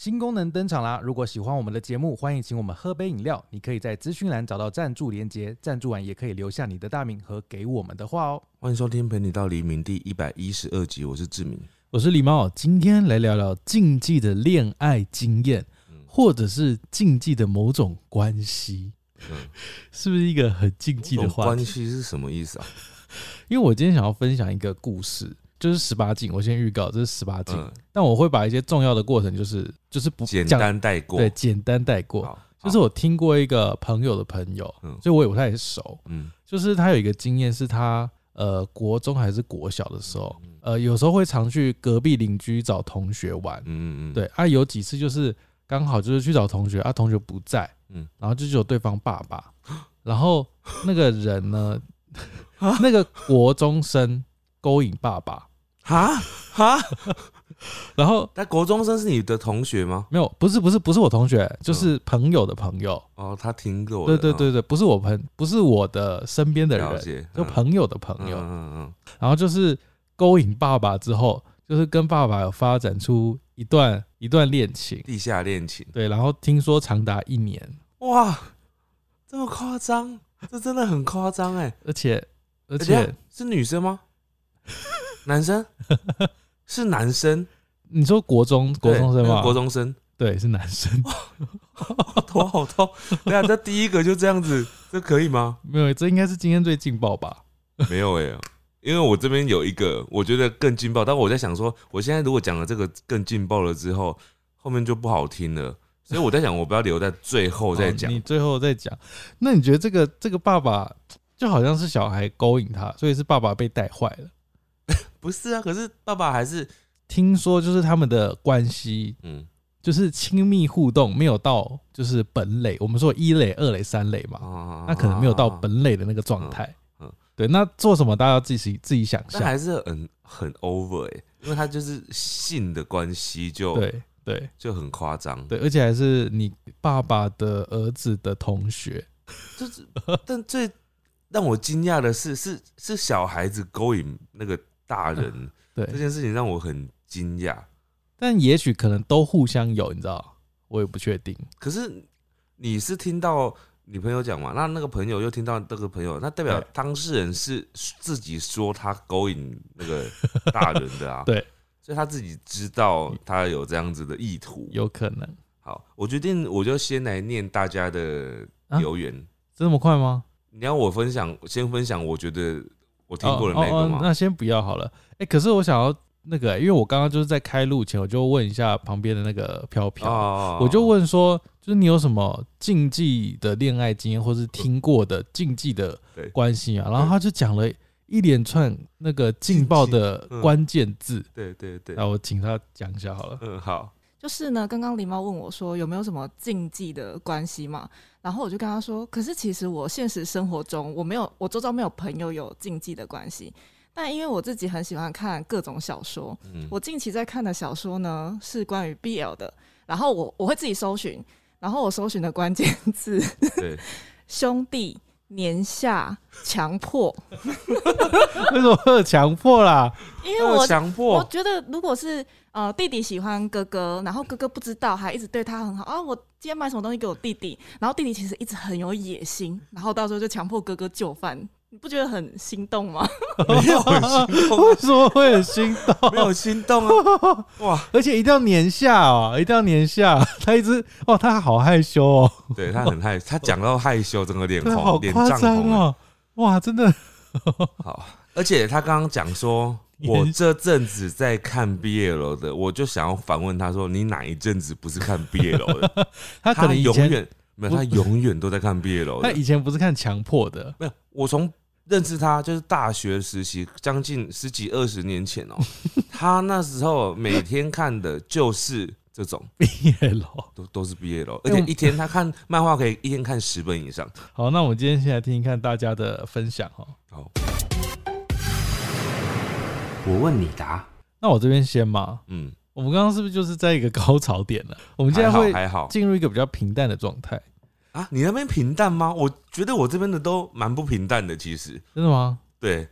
新功能登场啦！如果喜欢我们的节目，欢迎请我们喝杯饮料。你可以在资讯栏找到赞助连结，赞助完也可以留下你的大名和给我们的话哦。 欢迎收听《陪你到黎明》第112集，我是志明， 我是狸猫。今天来聊聊禁忌的恋爱经验，或者是禁忌的某种关系，是不是一个很禁忌的话题？ 关系是什么意思啊？ 因为我今天想要分享一个故事。就是18禁，我先预告这是18禁，但我会把一些重要的过程就是不简单带过， 对，简单带过。就是我听过一个朋友的朋友，所以我也不太熟。就是他有一个经验是他国中还是国小的时候，有时候会常去隔壁邻居找同学玩。对啊，有几次就是刚好就是去找同学啊，同学不在，然后就只有对方爸爸，然后那个人呢，那个国中生勾引爸爸。 哈，然后，但国中生是你的同学吗？ 没有，不是我同学，就是朋友的朋友。 哦，他听过的。 对，不是我的身边的人，就朋友的朋友。然后就是勾引爸爸之后，就是跟爸爸有发展出一段恋情， 地下恋情。 对，然后听说长达1年。 哇，这么夸张？这真的很夸张哎！ 而且是女生吗？男生是男生， 你说国中生吗？ 国中生， 对，是男生。 头好痛！对啊，这第一个就这样子，这可以吗？ 没有，这应该是今天最劲爆吧？ 没有因为我这边有一个我觉得更劲爆，但我在想说，我现在如果讲了这个更劲爆了之后，后面就不好听了，所以我在想，我不要留在最后再讲。 你最后再讲，那你觉得这个爸爸就好像是小孩勾引他，所以是爸爸被带坏了？ 不是啊，可是爸爸还是听说就是他们的关系，就是亲密互动没有到就是本垒，我们说1垒、2垒、3垒嘛，那可能没有到本垒的那个状态。对，那做什么大家要自己想象。 但还是很 over 因为他就是性的关系对，就很夸张。 对，而且还是你爸爸的儿子的同学， 就是但最让我惊讶的是小孩子勾引那个大人，对这件事情让我很惊讶。 但也许可能都互相有，你知道，我也不确定。 可是你是听到你朋友讲嘛？那个朋友又听到那个朋友，那代表当事人是自己说他勾引那个大人的啊。 对， 所以他自己知道他有这样子的意图， 有可能。 好，我决定我就先来念大家的留言。 这么快吗？ 你要我先分享我觉得我听过的那个吗？ 那先不要好了。可是我想要那个，因为我刚刚就是在开录前，我就问一下旁边的那个飘飘，我就问说，就是你有什么禁忌的恋爱经验，或是听过的禁忌的关系啊？然后他就讲了一连串那个劲爆的关键字。对，那我请他讲一下好了。 好。 就是呢，刚刚狸猫问我说有没有什么禁忌的关系嘛，然后我就跟他说，可是其实我现实生活中我周遭没有朋友有禁忌的关系，但因为我自己很喜欢看各种小说，我近期在看的小说呢是关于 BL 的，然后我会自己搜寻，然后我搜寻的关键字兄弟、年下、强迫。 为什么会有强迫啦？ 因为我觉得如果是弟弟喜欢哥哥，然后哥哥不知道，还一直对他很好啊。我今天买什么东西给我弟弟，然后弟弟其实一直很有野心，然后到时候就强迫哥哥就范，你不觉得很心动吗？ 没有很心动， 为什么会很心动？ 没有心动啊！哇， 而且一定要年下哦，一定要年下。他一直他好害羞哦。 对他很害羞，他讲到害羞，整个脸红， 好夸张哦！哇，真的好。而且他刚刚讲说，我这阵子在看 BL 的，我就想要反问他说，你哪一阵子不是看 BL 的？ 他可能永远没有，他永远都在看 BL 的。 他以前不是看强迫的， 没有。我从认识他就是大学时期，将近10几20年前哦。他那时候每天看的就是这种 BL， 都是 BL， 而且一天他看漫画可以一天看10本以上。 好，那我们今天先来听听看大家的分享哦。 好。我问你答， 那我这边先嘛。我们刚刚是不是就是在一个高潮点了？我们现在会进入一个比较平淡的状态啊？你那边平淡吗？我觉得我这边的都蛮不平淡的，其实。 真的吗？ 对，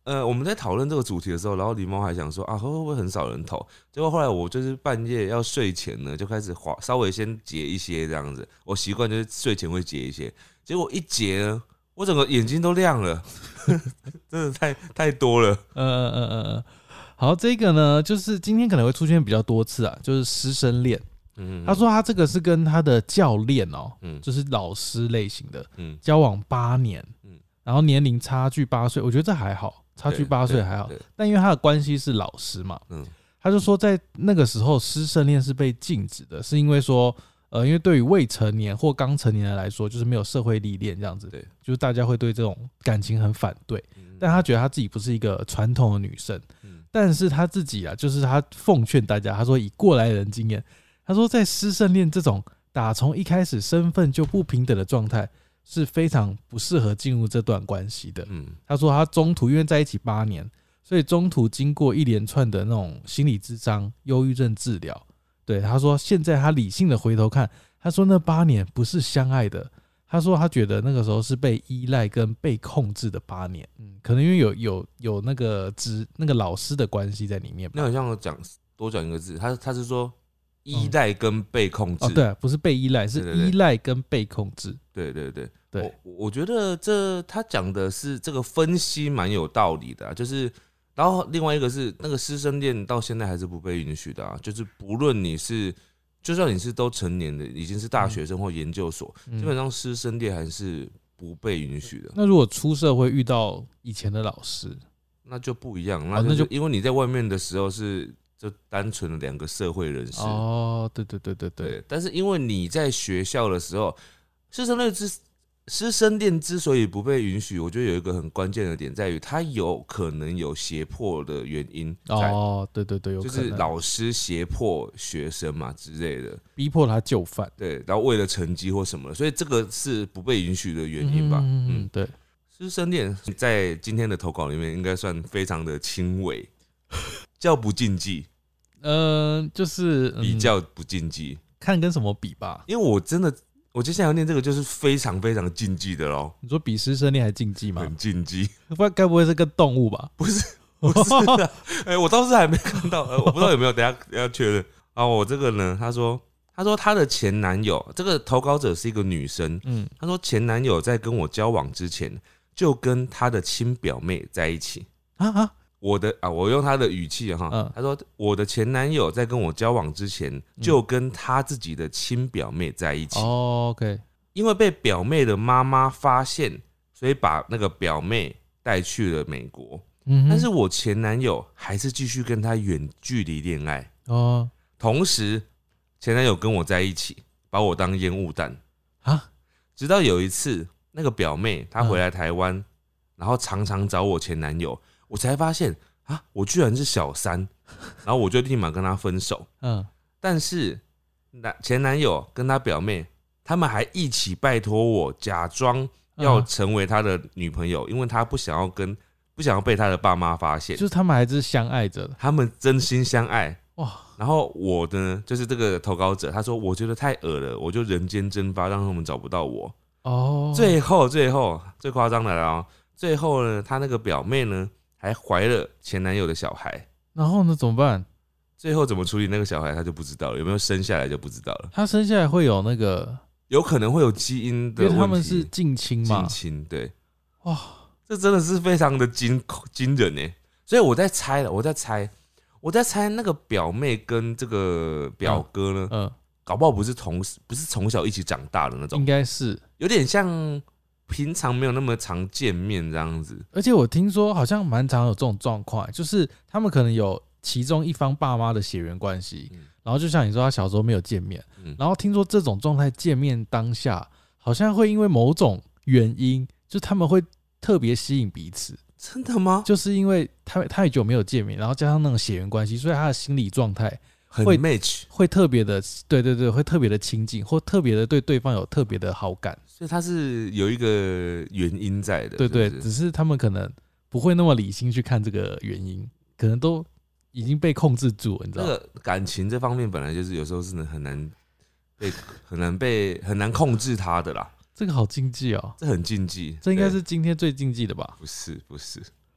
我们在讨论这个主题的时候，然后狸猫还想说啊，会不会很少人投？结果后来我就是半夜要睡前呢，就开始稍微先截一些这样子。我习惯就是睡前会截一些，结果一截呢，我整个眼睛都亮了，真的太多了。 好，这个呢，就是今天可能会出现比较多次啊，就是师生恋。他说他这个是跟他的教练就是老师类型的，交往8年，然后年龄差距8岁，我觉得这还好，差距8岁还好。但因为他的关系是老师嘛，他就说在那个时候师生恋是被禁止的，是因为说因为对于未成年或刚成年人来说，就是没有社会历练这样子，就是大家会对这种感情很反对。但他觉得他自己不是一个传统的女生，但是他自己啊，就是他奉劝大家，他说以过来人经验。他说，在师生恋这种打从一开始身份就不平等的状态，是非常不适合进入这段关系的。他说他中途因为在一起8年，所以中途经过一连串的那种心理咨商、忧郁症治疗。对，他说现在他理性的回头看，他说那8年不是相爱的。他说他觉得那个时候是被依赖跟被控制的8年。可能因为有那个老师的关系在里面吧。 那好像多讲一个字，他是说。依赖跟被控制对，不是被依赖，是依赖跟被控制。 对，我觉得他讲的是这个分析蛮有道理的就是然后另外一个是那个师生恋到现在还是不被允许的就是不论就算你是都成年的，已经是大学生或研究所，基本上师生恋还是不被允许的。 那如果出社会遇到以前的老师， 那就不一样，那就因为你在外面的时候是。就单纯的2个社会人士对，但是因为你在学校的时候，师生恋之所以不被允许，我觉得有一个很关键的点在于，它有可能有胁迫的原因在。 对，有可能就是老师胁迫学生嘛之类的， 逼迫他就范。 对，然后为了成绩或什么，所以这个是不被允许的原因吧。 对， 师生恋在今天的投稿里面应该算非常的轻微。较不禁忌， 就是比较不禁忌， 看跟什么比吧。 因为我接下来要念这个就是非常非常禁忌的咯。 你说比师生恋还禁忌吗？ 很禁忌， 该不会是跟动物吧？ 不是我倒是还没看到，我不知道有没有，等一下要确认。我这个呢，他说他的前男友，这个投稿者是一个女生，他说前男友在跟我交往之前就跟他的亲表妹在一起我用他的语气他说我的前男友在跟我交往之前就跟他自己的亲表妹在一起。 OK， 因为被表妹的妈妈发现，所以把那个表妹带去了美国。但是我前男友还是继续跟他远距离恋爱。同时前男友跟我在一起，把我当烟雾弹直到有一次那个表妹她回来台湾，然后常常找我前男友。我才发现我居然是小三，然后我就立马跟他分手。但是前男友跟他表妹，他们还一起拜托我假装要成为他的女朋友，因为他不想要被他的爸妈发现， 就是他们还是相爱着的， 他们真心相爱。然后我呢，就是这个投稿者，他说我觉得太恶了，我就人间蒸发，让他们找不到我。最后最夸张的了最后呢，他那个表妹呢？还怀了前男友的小孩， 然后呢怎么办？ 最后怎么处理那个小孩他就不知道了，有没有生下来就不知道了。 他生下来会有那个， 有可能会有基因的问题， 因为他们是近亲嘛。 近亲对，这真的是非常的惊人耶。所以我在猜那个表妹跟这个表哥呢，搞不好不是从小一起长大的那种， 应该是有点像。平常没有那么常见面这样子， 而且我听说好像蛮常有这种状况，就是他们可能有其中一方爸妈的血缘关系，然后就像你说他小时候没有见面，然后听说这种状态见面当下好像会因为某种原因，就他们会特别吸引彼此。 真的吗？ 就是因为太久没有见面，然后加上那种血缘关系，所以他的心理状态很 match， 会特别的，对，会特别的亲近，或特别的对对方有特别的好感。 所以他是有一个原因在的， 对，只是他们可能不会那么理性去看这个原因，可能都已经被控制住了，你知道吗？ 这个感情这方面本来就是有时候是很难控制他的啦。 这个好禁忌哦， 这很禁忌， 这应该是今天最禁忌的吧？ 不是，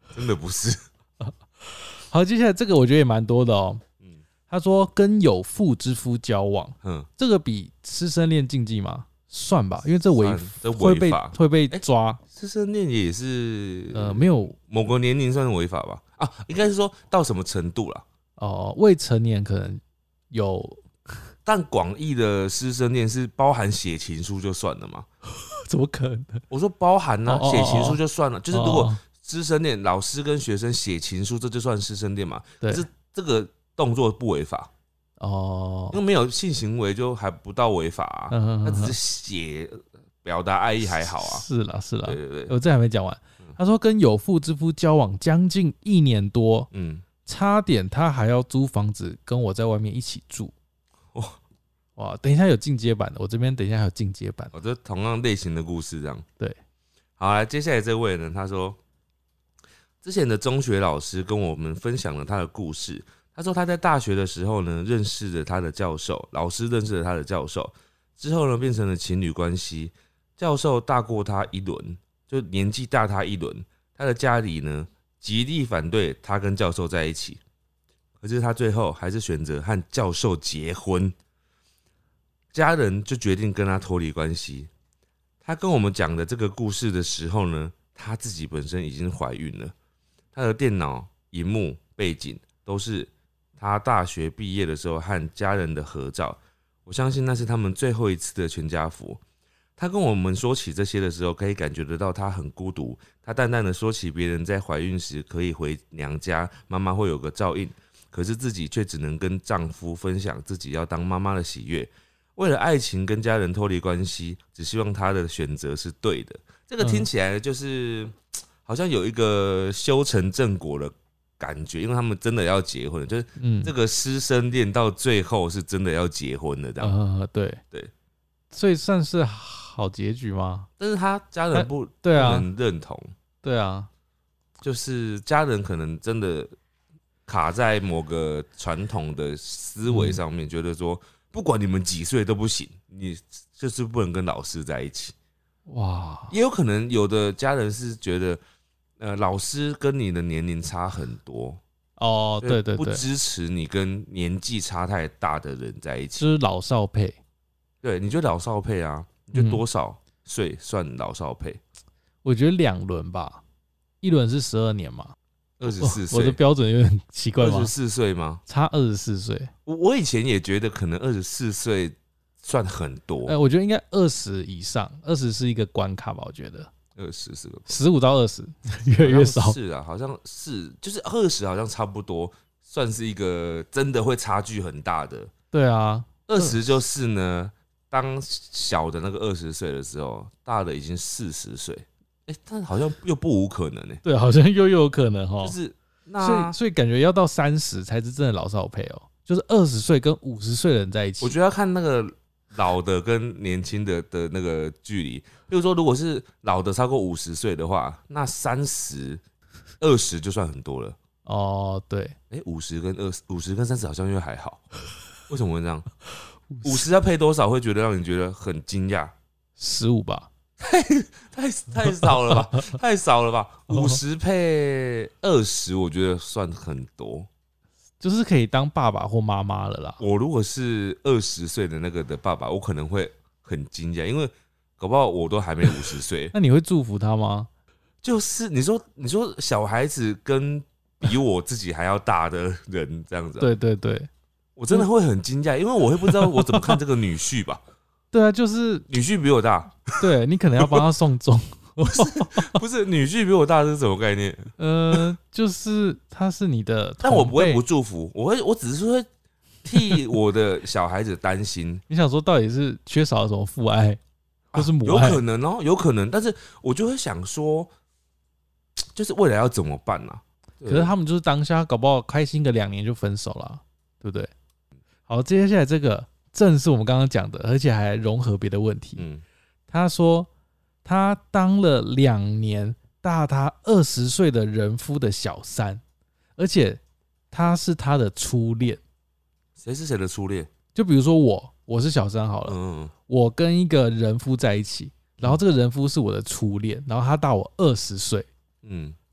真的不是。 好，接下来这个我觉得也蛮多的哦。他说跟有妇之夫交往，这个比师生恋禁忌吗？算吧，因为这会被抓。 师生恋也是没有某个年龄算是违法吧？啊，应该是说到什么程度啦？ 哦，未成年可能有， 但广义的师生恋是包含写情书就算了吗？ 怎么可能？ 我说包含啊，写情书就算了，就是如果师生恋，老师跟学生写情书，这就算师生恋嘛？可是这个动作不违法哦，因为没有性行为就还不到违法啊，他只是写表达爱意还好啊。 是啦，对对对， 我这还没讲完。他说跟有妇之夫交往将近1年多，差点他还要租房子跟我在外面一起住。哇，等一下有进阶版的，我这边等一下还有进阶版。 这同样类型的故事这样。 对， 好，来接下来这位呢，他说之前的中学老师跟我们分享了他的故事。他说他在大学的时候呢，认识了他的教授，老师认识了他的教授，之后呢变成了情侣关系。教授大过他1轮，就年纪大他1轮。他的家里呢极力反对他跟教授在一起，可是他最后还是选择和教授结婚。家人就决定跟他脱离关系。他跟我们讲的这个故事的时候呢，他自己本身已经怀孕了。他的电脑萤幕背景都是他大学毕业的时候和家人的合照，我相信那是他们最后一次的全家福。他跟我们说起这些的时候，可以感觉得到他很孤独。他淡淡的说起别人在怀孕时可以回娘家，妈妈会有个照应，可是自己却只能跟丈夫分享自己要当妈妈的喜悦。为了爱情跟家人脱离关系，只希望他的选择是对的。这个听起来就是好像有一个修成正果的感觉，因为他们真的要结婚了，就是这个师生恋到最后是真的要结婚了，这样。 对，所以算是好结局吗？ 但是他家人不能认同。对啊，就是家人可能真的卡在某个传统的思维上面，觉得说不管你们几岁都不行，你就是不能跟老师在一起。哇，也有可能有的家人是觉得，老师跟你的年龄差很多哦，对， 不支持你跟年纪差太大的人在一起， 就是老少配。 对，你就老少配啊？你就多少岁算老少配？ 我觉得2轮吧，1轮是12年嘛 ，24岁。 我的标准有点奇怪吗 ？24岁吗？ 差24岁。 我以前也觉得可能24岁算很多。 我觉得应该20以上，20是一个关卡吧？我觉得 20是个 15到20，越来越少。 是啊，好像是，就是20好像差不多，算是一个真的会差距很大的。 对啊 ，20就是呢，当小的那个20岁的时候，大的已经40岁。但好像又不无可能对，好像又有可能哈。 就是那所以感觉要到30才是真的老少配哦，就是20岁跟50岁的人在一起。 我觉得要看那个老的跟年轻的那个距离。比如说，如果是老的超过50岁的话，那30、20就算很多了。 哦，对 ，50跟30好像又还好。为什么会这样？50要配多少会觉得让你觉得很惊讶 ？15吧。 太少了吧，太少了吧！50配20，我觉得算很多， 就是可以当爸爸或妈妈了啦。 我如果是20岁的那个的爸爸，我可能会很惊讶，因为搞不好我都还没50岁。 那你会祝福他吗？ 就是你说小孩子跟比我自己还要大的人这样子， 对， 我真的会很惊讶，因为我会不知道我怎么看这个女婿吧。 对啊，就是女婿比我大， 对你可能要帮他送终。 不是女婿比我大是什么概念？ 就是他是你的， 但我不会不祝福，我只是会替我的小孩子担心。 你想说到底是缺少了什么父爱，或是母爱？ 有可能哦，有可能，但是我就会想说，就是未来要怎么办啊？ 可是他们就是当下搞不好开心个2年就分手了，对不对？好，接下来这个正是我们刚刚讲的，而且还融合别的问题。他说他当了2年大他20岁的人夫的小三，而且他是他的初恋。 谁是谁的初恋？ 就比如说我是小三好了，我跟一个人夫在一起，然后这个人夫是我的初恋，然后他大我20岁。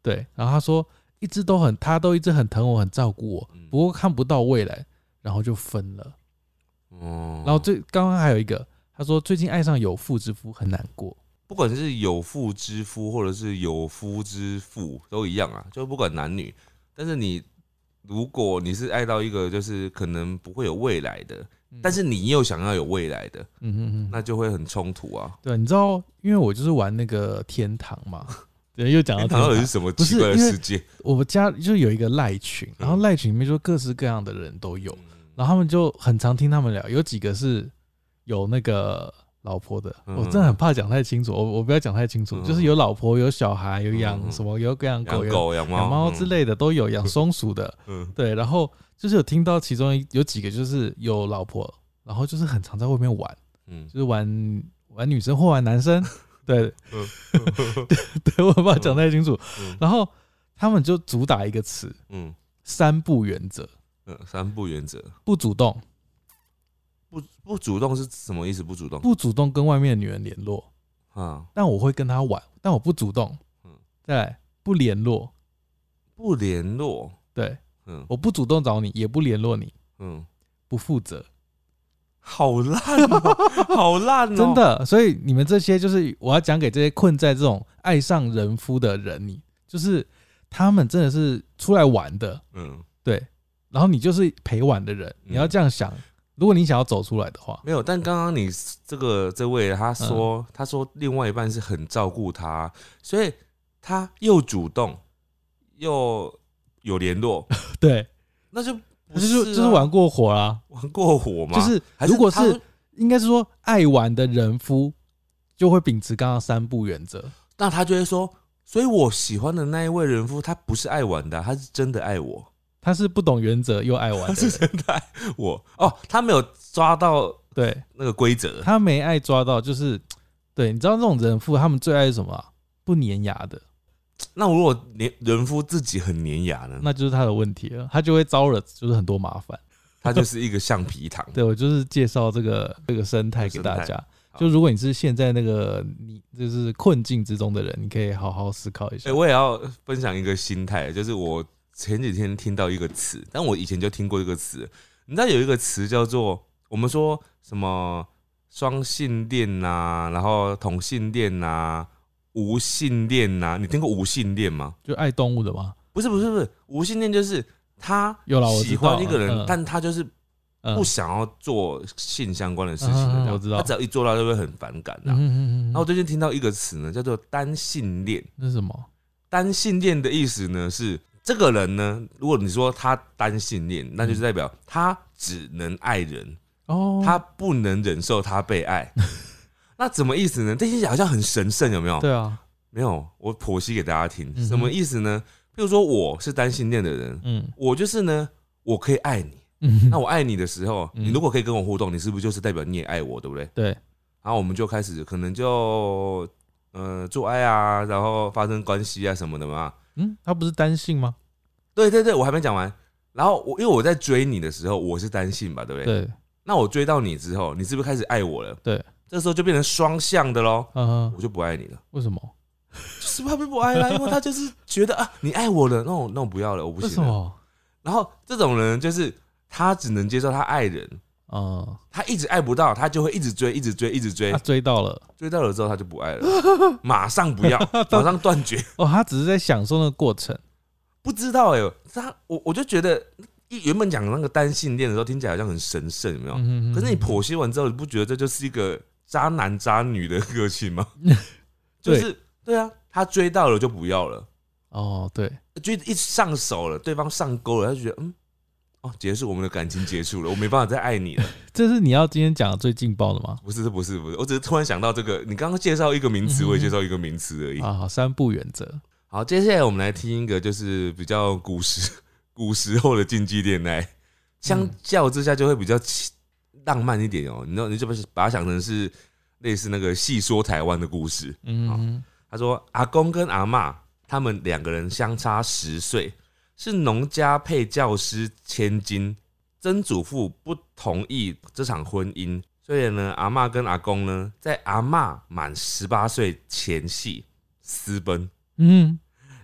对，然后他说他都一直很疼我，很照顾我，不过看不到未来，然后就分了。然后刚刚还有一个，他说最近爱上有妇之夫很难过。 不管是有妇之夫或者是有夫之妇都一样啊，就不管男女。但是如果你是爱到一个就是可能不会有未来的，但是你又想要有未来的，那就会很冲突啊。 对，你知道，因为我就是玩那个天堂嘛，对，又讲到天堂到底是什么奇怪的世界？ 我们家就有一个赖群，然后赖群里面就各式各样的人都有，然后他们就很常听他们聊，有几个是有那个老婆的，我真的很怕讲太清楚，我不要讲太清楚，就是有老婆有小孩有养什么有养狗养猫之类的都有，养松鼠的，对，然后就是有听到其中有几个就是有老婆，然后就是很常在外面玩，就是玩女生或玩男生，对，对，我不要讲太清楚，然后他们就主打一个词，三不原则， 三不原则， 不主动。 不主动是什么意思？不主动， 不主动跟外面的女人联络，但我会跟她玩，但我不主动。再来，不联络， 不联络， 对，我不主动找你，也不联络你，不负责， 好烂哦，好烂哦， 真的。所以你们这些就是我要讲给这些困在这种爱上人夫的人，就是他们真的是出来玩的，对，然后你就是陪玩的人，你要这样想。如果你想要走出来的话， 没有。但刚刚你这位他说另外一半是很照顾他，所以他又主动又有联络， 对， 那就不是就是玩过火啦， 玩过火吗？ 就是如果是应该是说爱玩的人夫就会秉持刚刚三不原则， 那他就会说，所以我喜欢的那一位人夫他不是爱玩的，他是真的爱我。 他是不懂原则又爱玩的人， 他是真的爱我哦，他没有抓到对那个规则， 他没爱抓到，就是对，你知道这种人夫他们最爱是什么啊？不粘牙的。 那如果人夫自己很粘牙呢？ 那就是他的问题了，他就会招惹就是很多麻烦。 他就是一个橡皮糖。 对，我就是介绍这个生态给大家。就如果你是现在那个你就是困境之中的人，你可以好好思考一下。 我也要分享一个心态，就是我前几天听到一个词，但我以前就听过这个词。你知道有一个词叫做我们说什么双性恋呐，然后同性恋呐，无性恋呐？你听过无性恋吗？ 就爱动物的吗？ 不是，无性恋就是他喜欢一个人，但他就是不想要做性相关的事情的。 我知道， 他只要一做到就会很反感的。然后我最近听到一个词呢，叫做单性恋。 那是什么？ 单性恋的意思呢是，这个人呢，如果你说他单性恋，那就是代表他只能爱人，他不能忍受他被爱。那怎么意思呢？这听起来好像很神圣，有没有？ 对啊， 没有，我剖析给大家听，什么意思呢？比如说我是单性恋的人，我就是呢，我可以爱你，那我爱你的时候，你如果可以跟我互动，你是不是就是代表你也爱我，对不对？ 对。 然后我们就开始可能就做爱啊，然后发生关系啊什么的嘛。 他不是单性吗？ 对，我还没讲完。然后因为我在追你的时候，我是单性吧，对不对？ 对。 那我追到你之后，你是不是开始爱我了？ 对。 这时候就变成双向的咯。我就不爱你了。 为什么？ 就是他不爱啦，因为他就是觉得啊，你爱我了，那我不要了，我不行了。为什么？然后这种人就是他只能接受他爱人，他一直爱不到，他就会一直追，他追到了之后他就不爱了，马上不要，马上断绝。 他只是在享受那个过程。 不知道我就觉得原本讲那个单性恋的时候听起来好像很神圣，有没有？可是你剖析完之后，你不觉得这就是一个渣男渣女的个性吗？就是对啊，他追到了就不要了。 对， 就一上手了，对方上钩了，他就觉得结束，我们的感情结束了，我没办法再爱你了。 这是你要今天讲的最劲爆的吗？ 不是，我只是突然想到这个。你刚刚介绍一个名词，我也介绍一个名词而已。 好，三不原则。 好，接下来我们来听一个，就是比较古时候的禁忌恋爱，相较之下就会比较浪漫一点哦。你就把它想成是类似那个戏说台湾的故事。他说阿公跟阿嬷他们两个人相差10岁，是农家配教师千金，曾祖父不同意这场婚姻，所以呢，阿嬷跟阿公呢，在阿嬷满18岁前夕私奔。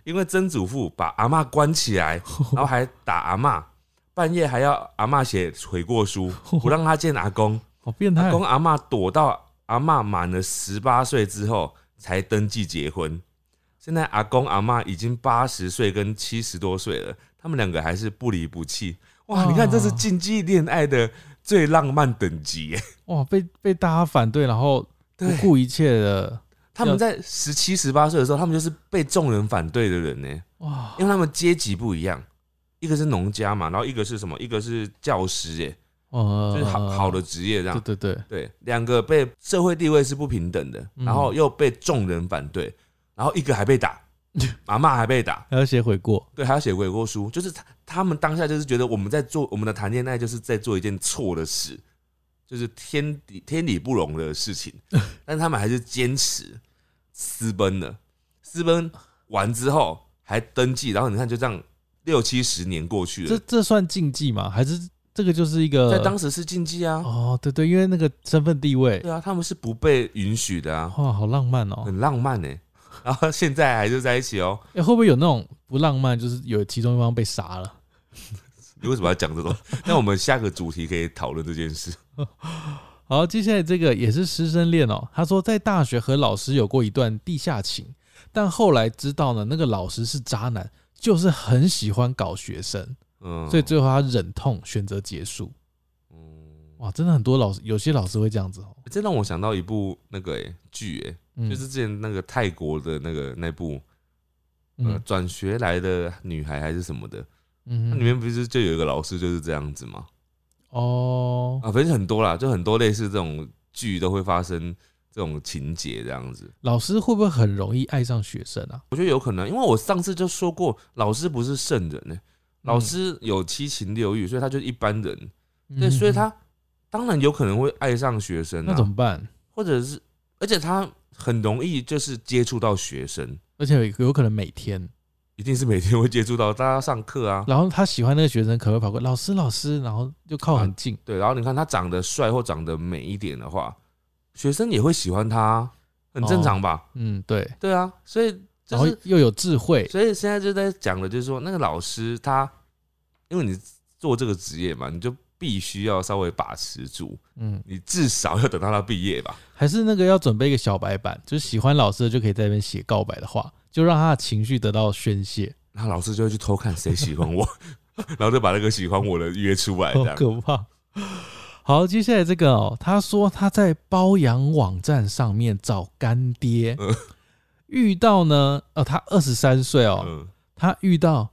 因为曾祖父把阿嬷关起来，然后还打阿嬷，半夜还要阿嬷写悔过书，不让他见阿公。 好变态！ 阿公阿嬷躲到阿嬷满了18岁之后才登记结婚。现在阿公阿嬷已经80岁跟70多岁了，他们两个还是不离不弃。哇，你看这是禁忌恋爱的最浪漫等级耶！ 哇，被大家反对，然后不顾一切的。 他们在17、18岁的时候，他们就是被众人反对的人呢。哇，因为他们阶级不一样，一个是农家嘛，然后一个是什么？一个是教师耶。就是好的职业这样。对，两个被社会地位是不平等的，然后又被众人反对。然后一个还被打，阿嬷还被打， 还要写悔过， 对，还要写悔过书，就是他们当下就是觉得我们在做我们的谈恋爱，就是在做一件错的事，就是天理不容的事情，但他们还是坚持私奔了，私奔完之后还登记，然后你看就这样60、70年过去了， 这算禁忌吗？还是这个就是一个在当时是禁忌啊？ 哦，对，因为那个身份地位， 对啊，他们是不被允许的啊。 哇，好浪漫哦， 很浪漫哎。然后现在还是在一起哦。 会不会有那种不浪漫，就是有其中一方被杀了？ 你为什么要讲这种？那我们下个主题可以讨论这件事。 好，接下来这个也是师生恋哦。他说在大学和老师有过一段地下情，但后来知道呢，那个老师是渣男，就是很喜欢搞学生，所以最后他忍痛选择结束。哇，真的很多有些老师会这样子哦。 这让我想到一部那个剧就是之前那个泰国的那部转学来的女孩还是什么的，那里面不是就有一个老师就是这样子吗？哦，反正很多啦，就很多类似这种剧都会发生这种情节这样子。 老师会不会很容易爱上学生啊？ 我觉得有可能，因为我上次就说过，老师不是圣人老师有7情6欲，所以他就是一般人，对，所以他当然有可能会爱上学生啊。 那怎么办？ 或者是，而且他很容易就是接触到学生， 而且有可能每天， 一定是每天会接触到，大家上课啊。 然后他喜欢那个学生，可能会跑过老师，然后就靠很近。 对，然后你看他长得帅或长得美一点的话，学生也会喜欢他，很正常吧？ 对啊，所以然后又有智慧， 所以现在就在讲的就是说，那个老师他，因为你做这个职业嘛，你就必须要稍微把持住，你至少要等到他毕业吧。 还是那个要准备一个小白板，就是喜欢老师的就可以在那边写告白的话，就让他的情绪得到宣泄。 然后老师就会去偷看谁喜欢我，然后就把那个喜欢我的约出来，这样好可怕。好，接下来这个他说他在包养网站上面找干爹，遇到呢，他23岁他遇到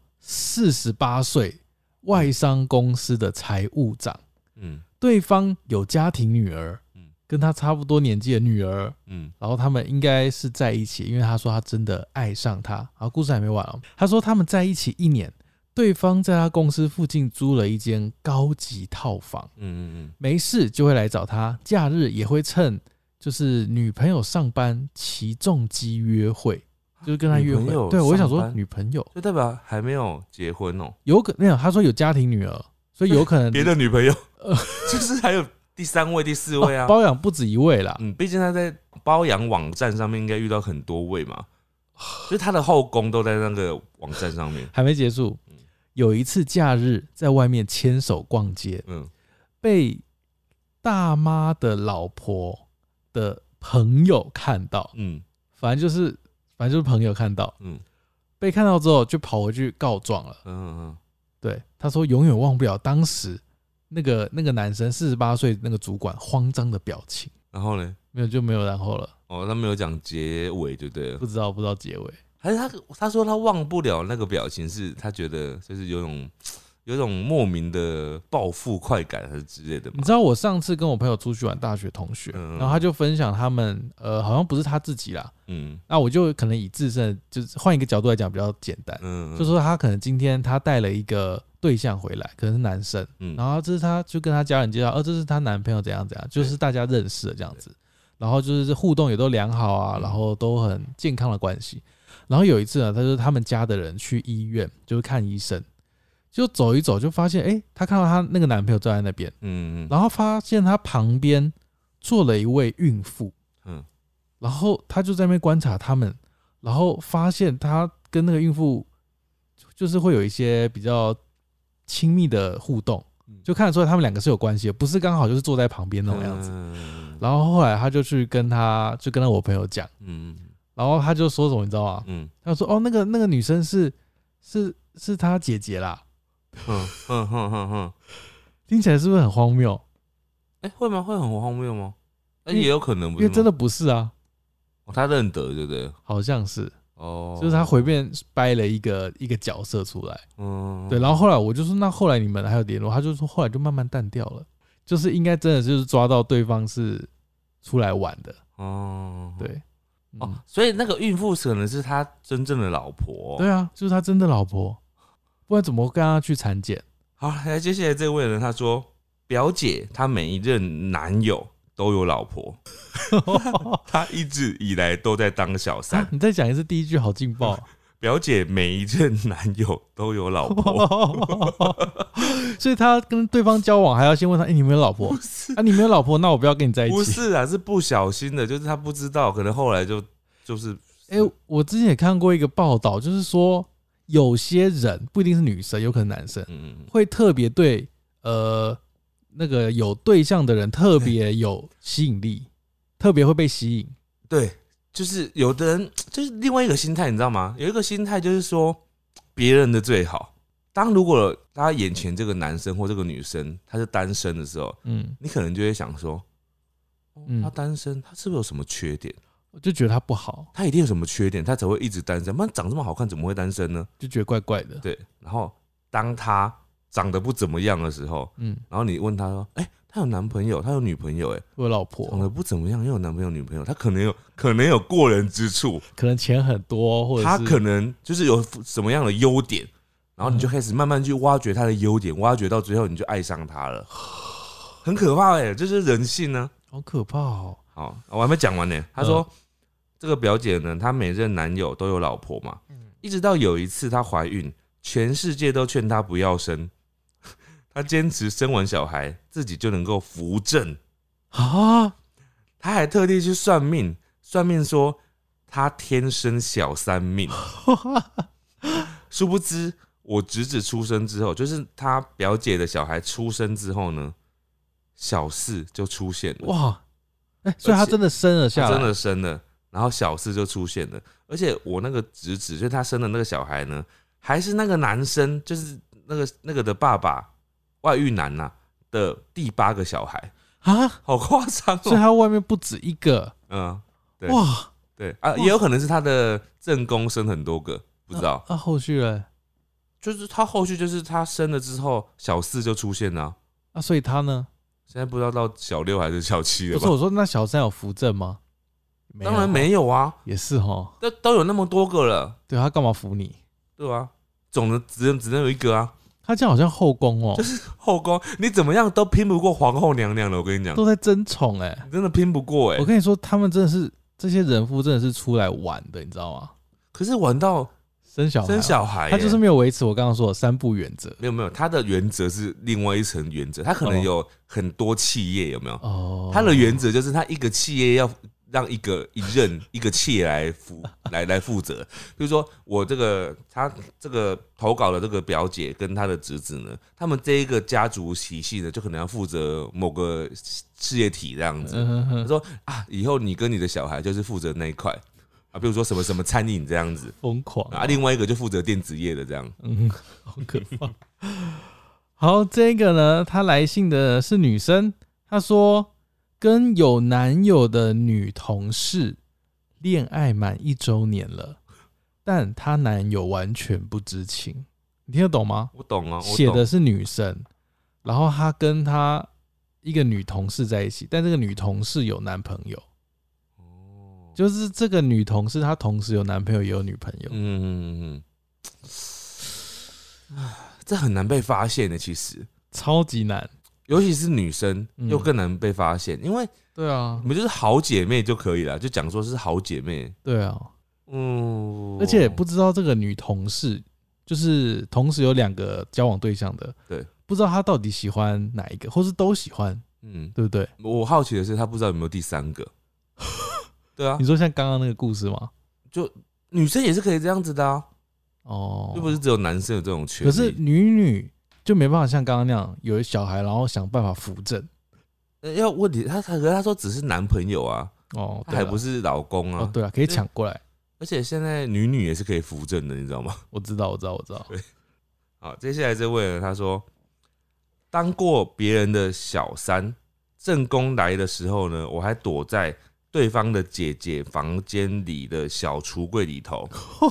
48岁外商公司的财务长，对方有家庭女儿，跟他差不多年纪的女儿，然后他们应该是在一起，因为他说他真的爱上她。然后故事还没完哦，他说他们在一起1年，对方在他公司附近租了一间高级套房，没事就会来找他，假日也会趁就是女朋友上班骑重机约会。就是跟他约会，对，我就想说女朋友， 就代表还没有结婚哦。 没有，他说有家庭女儿，所以有可能别的女朋友，就是还有第3位、第4位啊， 包养不止1位啦。 毕竟他在包养网站上面应该遇到很多位嘛，就是他的后宫都在那个网站上面。 还没结束，有一次假日在外面牵手逛街，被大妈的老婆的朋友看到，反正就是朋友看到，被看到之后就跑回去告状了。对，他说永远忘不了当时那个男生48岁那个主管慌张的表情。 然后呢？ 没有然后了。 他没有讲结尾就对了。 不知道结尾。 还是他说他忘不了那个表情，是他觉得就是有种莫名的报复快感还是之类的吗？ 你知道我上次跟我朋友出去玩，大学同学，然后他就分享他们好像不是他自己啦，那我就可能以自身就是换一个角度来讲比较简单，就说他可能今天他带了一个对象回来，可能是男生，然后这是他就跟他家人介绍，这是他男朋友怎样，就是大家认识的这样子，然后就是互动也都良好啊，然后都很健康的关系。然后有一次呢，他说他们家的人去医院就是看医生。就走一走，就发现，他看到他那个男朋友站在那边，然后发现他旁边坐了一位孕妇，然后他就在那边观察他们，然后发现他跟那个孕妇就是会有一些比较亲密的互动，就看得出来他们两个是有关系的，不是刚好就是坐在旁边那种样子。然后后来他就去跟我朋友讲，然后他就说什么你知道吗？他说哦那个女生是他姐姐啦。听起来是不是很荒谬？ 会吗？会很荒谬吗？也有可能不是， 因为真的不是啊。 他认得对不对？ 好像是就是他随便掰了一个角色出来。对。然后后来我就说那后来你们还有联络？他就说后来就慢慢淡掉了，就是应该真的就是抓到对方是出来玩的。对。 所以那个孕妇可能是他真正的老婆。 对啊，就是他真的老婆，不然怎么跟他去产检？ 好，来接下来这位人他说，表姐她每一任男友都有老婆，她一直以来都在当小三。 你再讲一次第一句，好劲爆。 表姐每一任男友都有老婆， 所以他跟对方交往还要先问他：你没有老婆？你没有老婆，那我不要跟你在一起。 不是啊，是不小心的，就是他不知道，可能后来就是。 我之前也看过一个报道，就是说有些人不一定是女生，有可能男生，会特别对那个有对象的人特别有吸引力，特别会被吸引。 对。就是有的人就是另外一个心态，你知道吗？有一个心态就是说别人的最好。如果他眼前这个男生或这个女生他是单身的时候，你可能就会想说，他单身，他是不是有什么缺点？ 我就觉得他不好， 他一定有什么缺点，他才会一直单身。不然长这么好看，怎么会单身呢？ 就觉得怪怪的。 对。然后当他长得不怎么样的时候，然后你问他说，他有男朋友，他有女朋友， 我有老婆， 长得不怎么样，又有男朋友女朋友，他可能有过人之处， 可能钱很多，或者是他可能就是有什么样的优点，然后你就开始慢慢去挖掘他的优点，挖掘到最后你就爱上他了，很可怕这是人性呢， 好可怕哦。 好，我还没讲完呢。他说这个表姐呢，她每任男友都有老婆嘛，一直到有一次她怀孕，全世界都劝她不要生。他坚持生完小孩自己就能够扶正啊！他还特地去算命，算命说他天生小三命。殊不知，我侄子出生之后，就是他表姐的小孩出生之后呢，小四就出现了。哇！ 所以他真的生了下来， 真的生了，然后小四就出现了。而且我那个侄子，就是他生的那个小孩呢，还是那个男生，就是那个的爸爸。外遇男的第8个小孩啊，好夸张哦！ 所以他外面不止一个， 对，哇，对啊，也有可能是他的正宫生很多个，不知道。 后续呢？ 就是他后续就是他生了之后，小4就出现了所以他呢？ 现在不知道到小6还是小7了吧？ 不是我说，那小3有扶正吗？ 当然没有啊， 也是齁， 都有那么多个了， 对他干嘛扶你？ 对啊，总的只能有一个啊。 他这样好像后宫哦， 就是后宫，你怎么样都拼不过皇后娘娘了。我跟你讲， 都在争宠真的拼不过我跟你说，他们真的是这些人夫真的是出来玩的，你知道吗？ 可是玩到生小孩，他就是没有维持我刚刚说的3不原则。 没有，他的原则是另外一层原则，他可能有很多企业，有没有？他的原则就是他一个企业要让一个企业来负责。比如说我他这个投稿的这个表姐跟他的侄子呢，他们这一个家族体系呢，就可能要负责某个事业体这样子。他说以后你跟你的小孩就是负责那一块比如说什么什么餐饮这样子， 疯狂另外一个就负责电子业的这样。 好可怕。好，这个呢，他来信的是女生，她说。跟有男友的女同事恋爱满1周年了，但她男友完全不知情。你听得懂吗？ 我懂啊， 写的是女生，然后她跟她一个女同事在一起，但这个女同事有男朋友。就是这个女同事她同时有男朋友也有女朋友。 这很难被发现的，其实超级难。 尤其是女生又更难被发现，因为对啊， 你们就是好姐妹就可以了，就讲说是好姐妹。 对啊，而且不知道这个女同事就是同时有2个交往对象的， 对， 不知道她到底喜欢哪一个，或是都喜欢，对不对？ 我好奇的是，她不知道有没有第3个。对啊， 你说像刚刚那个故事吗？ 就女生也是可以这样子的啊。 哦，又不是只有男生有这种权利。 可是女就没办法像刚刚那样有小孩，然后想办法扶正。 要问题他说只是男朋友啊， 哦， 还不是老公啊。 哦，对啊，可以抢过来。 而且现在女也是可以扶正的，你知道吗？ 我知道。 对，好，接下来这位呢，他说当过别人的小三，正宫来的时候呢，我还躲在对方的姐姐房间里的小橱柜里头。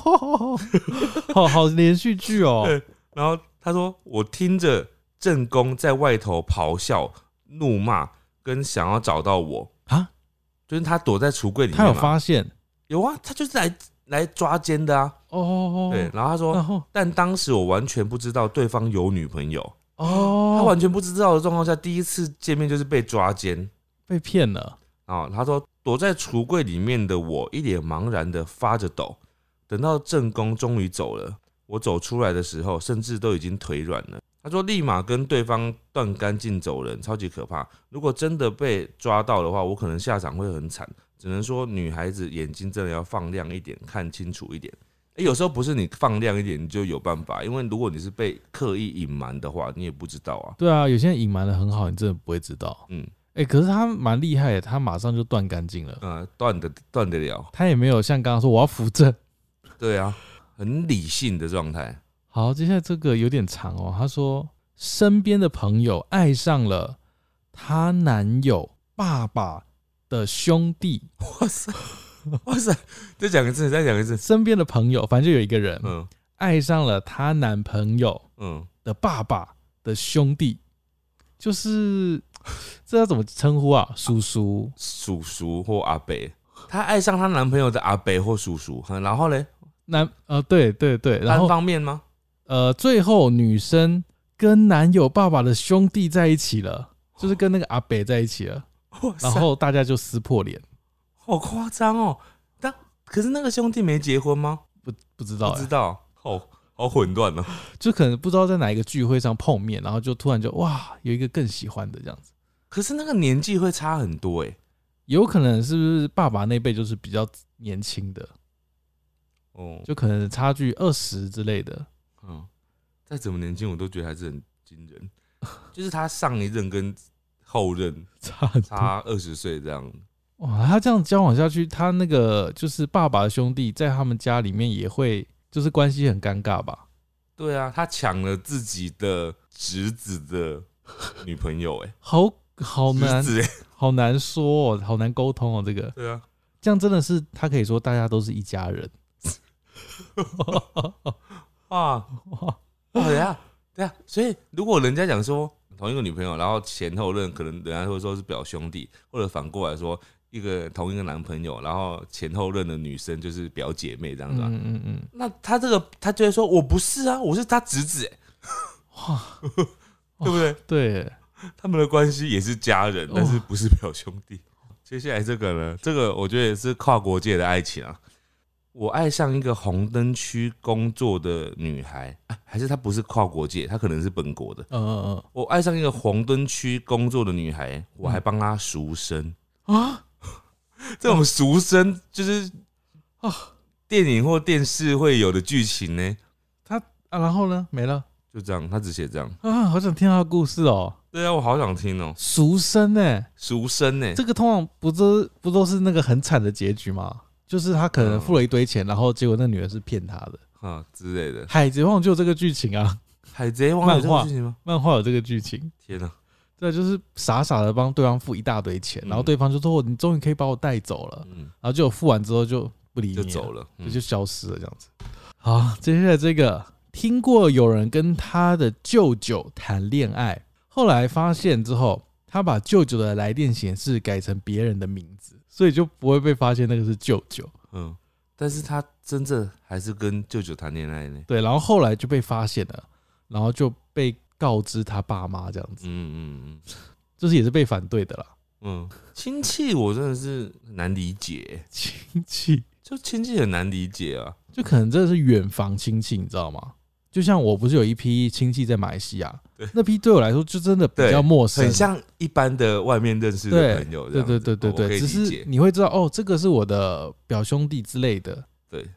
好连续剧哦。 对，然后他说我听着正宫在外头咆哮、怒骂，跟想要找到我啊，就是他躲在橱柜里面嘛。 他有发现？ 有啊，他就是来抓奸的啊。哦，对，然后他说，但当时我完全不知道对方有女朋友。哦，他完全不知道的状况下，第一次见面就是被抓奸， 被骗了。 哦，他说躲在橱柜里面的我一脸茫然的发着抖，等到正宫终于走了，我走出来的时候，甚至都已经腿软了。他说立马跟对方断干净走人，超级可怕。如果真的被抓到的话，我可能下场会很惨。只能说女孩子眼睛真的要放亮一点，看清楚一点。有时候不是你放亮一点你就有办法，因为如果你是被刻意隐瞒的话，你也不知道啊。 对啊，有些人隐瞒的很好，你真的不会知道。可是他蛮厉害的，他马上就断干净了。 断得了。 他也没有像刚刚说我要扶正。 对啊，很理性的状态。 好，接下来这个有点长哦。他说身边的朋友爱上了她男友爸爸的兄弟。 哇塞，哇塞！再讲一次。 身边的朋友，反正就有一个人，爱上了她男朋友，的爸爸的兄弟，就是这要怎么称呼啊？叔叔或阿伯。她爱上她男朋友的阿伯或叔叔，然后嘞， 对，然后单方面吗？ 最后女生跟男友爸爸的兄弟在一起了，就是跟那个阿伯在一起了。然后大家就撕破脸， 好夸张哦！可是那个兄弟没结婚吗？ 不知道， 好混乱哦。 就可能不知道在哪一个聚会上碰面，然后就突然就哇，有一个更喜欢的这样子。 可是那个年纪会差很多哎， 有可能是不是爸爸那辈就是比较年轻的，就可能差距20之类的。 再怎么年轻，我都觉得还是很惊人。就是他上一任跟后任差20岁这样。 哇，他这样交往下去，他那个就是爸爸的兄弟在他们家里面也会就是关系很尴尬吧？ 对啊，他抢了自己的侄子的女朋友， 好难，好难说哦，好难沟通哦，这个。 对啊， 这样真的是他可以说大家都是一家人。 对啊，所以如果人家讲说同一个女朋友，然后前后任可能人家会说是表兄弟，或者反过来说同一个男朋友，然后前后任的女生就是表姐妹这样子。那他就会说我不是啊，我是他侄子。哇，对不对？ 对， 他们的关系也是家人，但是不是表兄弟。接下来这个呢，这个我觉得也是跨国界的爱情啊。我爱上一个红灯区工作的女孩，还是她不是跨国界，她可能是本国的。我爱上一个红灯区工作的女孩，我还帮她赎身啊！这种赎身就是电影或电视会有的剧情呢。 然后呢，没了， 就这样，他只写这样啊！好想听他的故事哦。 对啊，我好想听哦。 赎身呢？赎身呢？ 这个通常不都是那个很惨的结局吗？就是他可能付了一堆钱，然后结果那女人是骗他的之类的。 海贼王就有这个剧情啊。 海贼王有这个剧情吗？ 漫画有这个剧情。 天哪！ 对，就是傻傻的帮对方付一大堆钱，然后对方就说：“你终于可以把我带走了。”然后就付完之后就不理你了， 就走了， 就消失了这样子。好，接下来这个，听过有人跟他的舅舅谈恋爱，后来发现之后，他把舅舅的来电显示改成别人的名字，所以就不会被发现那个是舅舅。 但是他真正还是跟舅舅谈恋爱呢。 对，然后后来就被发现了，然后就被告知他爸妈这样子。就是也是被反对的啦。 亲戚我真的是很难理解。 亲戚很难理解啊， 就可能真的是远房亲戚，你知道吗？就像我不是有一批亲戚在马来西亚，那批对我来说就真的比较陌生， 很像一般的外面认识的朋友。 对，只是你会知道哦，这个是我的表兄弟之类的。 对，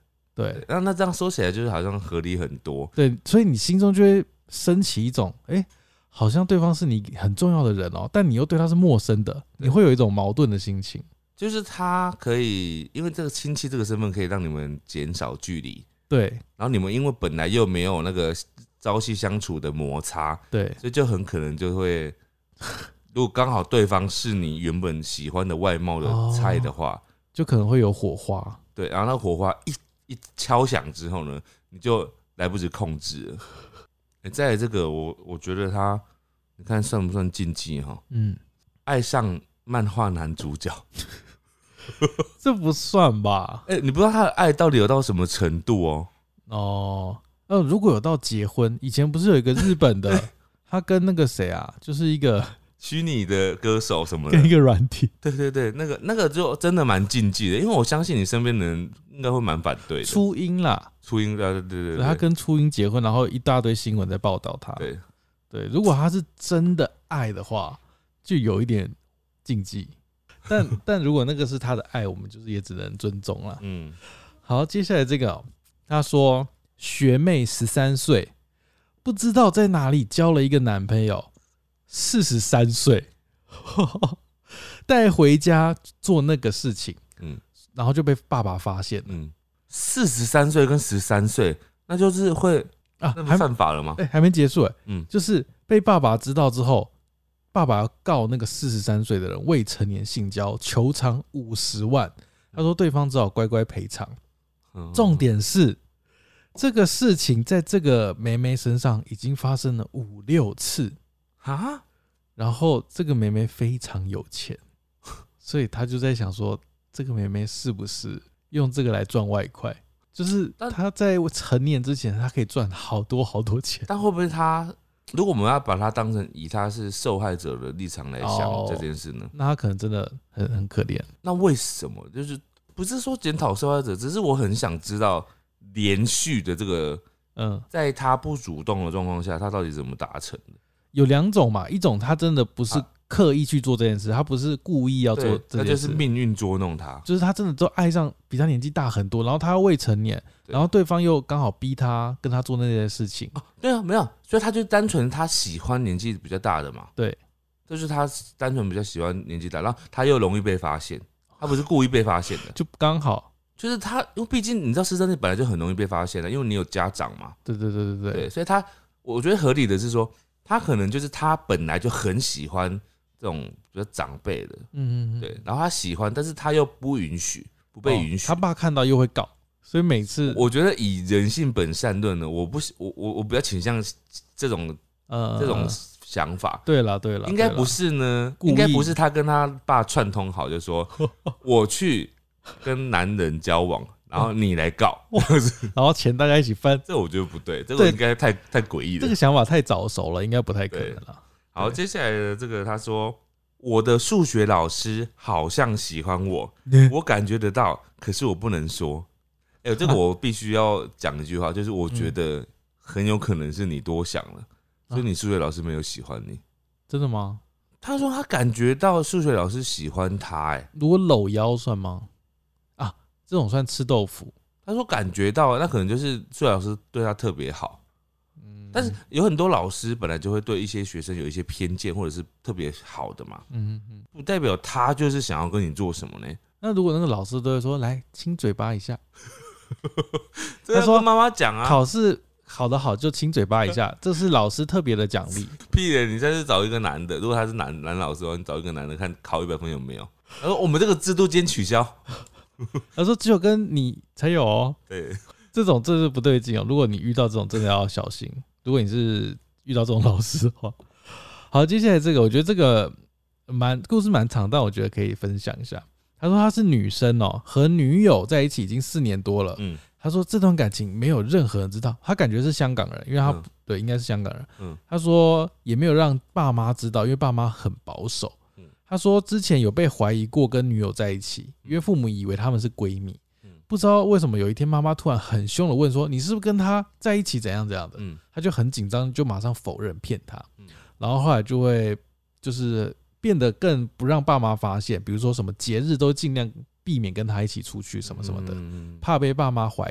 对， 那这样说起来就是好像合理很多。 对，所以你心中就会升起一种，好像对方是你很重要的人哦，但你又对他是陌生的，你会有一种矛盾的心情。 就是他可以，因为这个亲戚这个身份可以让你们减少距离， 对， 然后你们因为本来又没有那个朝夕相处的摩擦， 对， 所以就很可能就会，如果刚好对方是你原本喜欢的外貌的菜的话， 就可能会有火花。 对，然后那火花一敲响之后呢，你就来不及控制了。再来这个，我觉得他，你看算不算禁忌哈？爱上漫画男主角。 这不算吧？ 你不知道他的爱到底有到什么程度哦。如果有到结婚，以前不是有一个日本的，他跟那个谁啊，就是一个虚拟的歌手什么的， 跟一个软体， 对，那个就真的蛮禁忌的，因为我相信你身边的人应该会蛮反对的。 初音啦， 初音，对， 他跟初音结婚，然后一大堆新闻在报道他。对，如果他是真的爱的话，就有一点禁忌。但如果那个是他的爱，我们就是也只能尊重啦。好，接下来这个，他说学妹13岁，不知道在哪里交了一个男朋友，43岁，带回家做那个事情，然后就被爸爸发现。 43岁跟13岁，那就是会那不犯法了吗？ 还没结束就是被爸爸知道之后。爸爸要告那个43岁的人未成年性交，求偿50万。他说对方只好乖乖赔偿。重点是这个事情在这个妹妹身上已经发生了5、6次啊。然后这个妹妹非常有钱，所以他就在想说，这个妹妹是不是用这个来赚外快？就是她在成年之前，她可以赚好多好多钱。 但会不会她？如果我们要把他当成以他是受害者的立场来想这件事呢？ 那他可能真的很可怜。 那为什么？就是不是说检讨受害者，只是我很想知道连续的这个，在他不主动的状况下，他到底怎么达成的？ 有2种嘛，一种他真的不是刻意去做这件事，他不是故意要做这件事， 那就是命运捉弄他， 就是他真的都爱上比他年纪大很多，然后他又未成年，然后对方又刚好逼他跟他做那件事情。 对啊，没有，所以他就单纯他喜欢年纪比较大的嘛。 对， 就是他单纯比较喜欢年纪大，然后他又容易被发现，他不是故意被发现的， 就刚好。 就是他，因为毕竟你知道13岁本来就很容易被发现的，因为你有家长嘛。对，所以我觉得合理的是说，他可能就是他本来就很喜欢这种比较长辈的，对，然后他喜欢，但是他又不允许，不被允许， 他爸看到又会告，所以每次我觉得以人性本善论呢，我比较倾向这种想法。 对了， 应该不是呢，应该不是他跟他爸串通好，就说我去跟男人交往，然后你来告， 然后钱大家一起分， 这我觉得不对，这个应该太诡异了， 这个想法太早熟了，应该不太可能了。 好，接下来的这个他说，我的数学老师好像喜欢我，我感觉得到，可是我不能说。这个我必须要讲一句话，就是我觉得很有可能是你多想了，所以你数学老师没有喜欢你。 真的吗？ 他说他感觉到数学老师喜欢他。 如果搂腰算吗？这种算吃豆腐。 他说感觉到，那可能就是数学老师对他特别好。但是有很多老师本来就会对一些学生有一些偏见，或者是特别好的嘛。不代表他就是想要跟你做什么呢？ 那如果那个老师都会说来亲嘴巴一下， 他说妈妈讲啊， 考试考得好就亲嘴巴一下，这是老师特别的奖励。 屁人，你再去找一个男的，如果他是男老师的话，你找一个男的看考100分有没有？他说我们这个制度今天取消。 他说只有跟你才有哦。 对， 这是不对劲哦。如果你遇到这种，真的要小心。如果你是遇到这种老师的话，好，接下来这个，我觉得这个故事蛮长，但我觉得可以分享一下。他说他是女生哦，和女友在一起已经4年多了。他说这段感情没有任何人知道，他感觉是香港人，因为他对应该是香港人。他说也没有让爸妈知道，因为爸妈很保守。他说之前有被怀疑过跟女友在一起，因为父母以为他们是闺蜜。不知道为什么有一天妈妈突然很凶的问说你是不是跟他在一起怎样怎样的。他就很紧张，就马上否认骗他。然后后来就会就是变得更不让爸妈发现，比如说什么节日都尽量避免跟他一起出去什么什么的，怕被爸妈怀疑。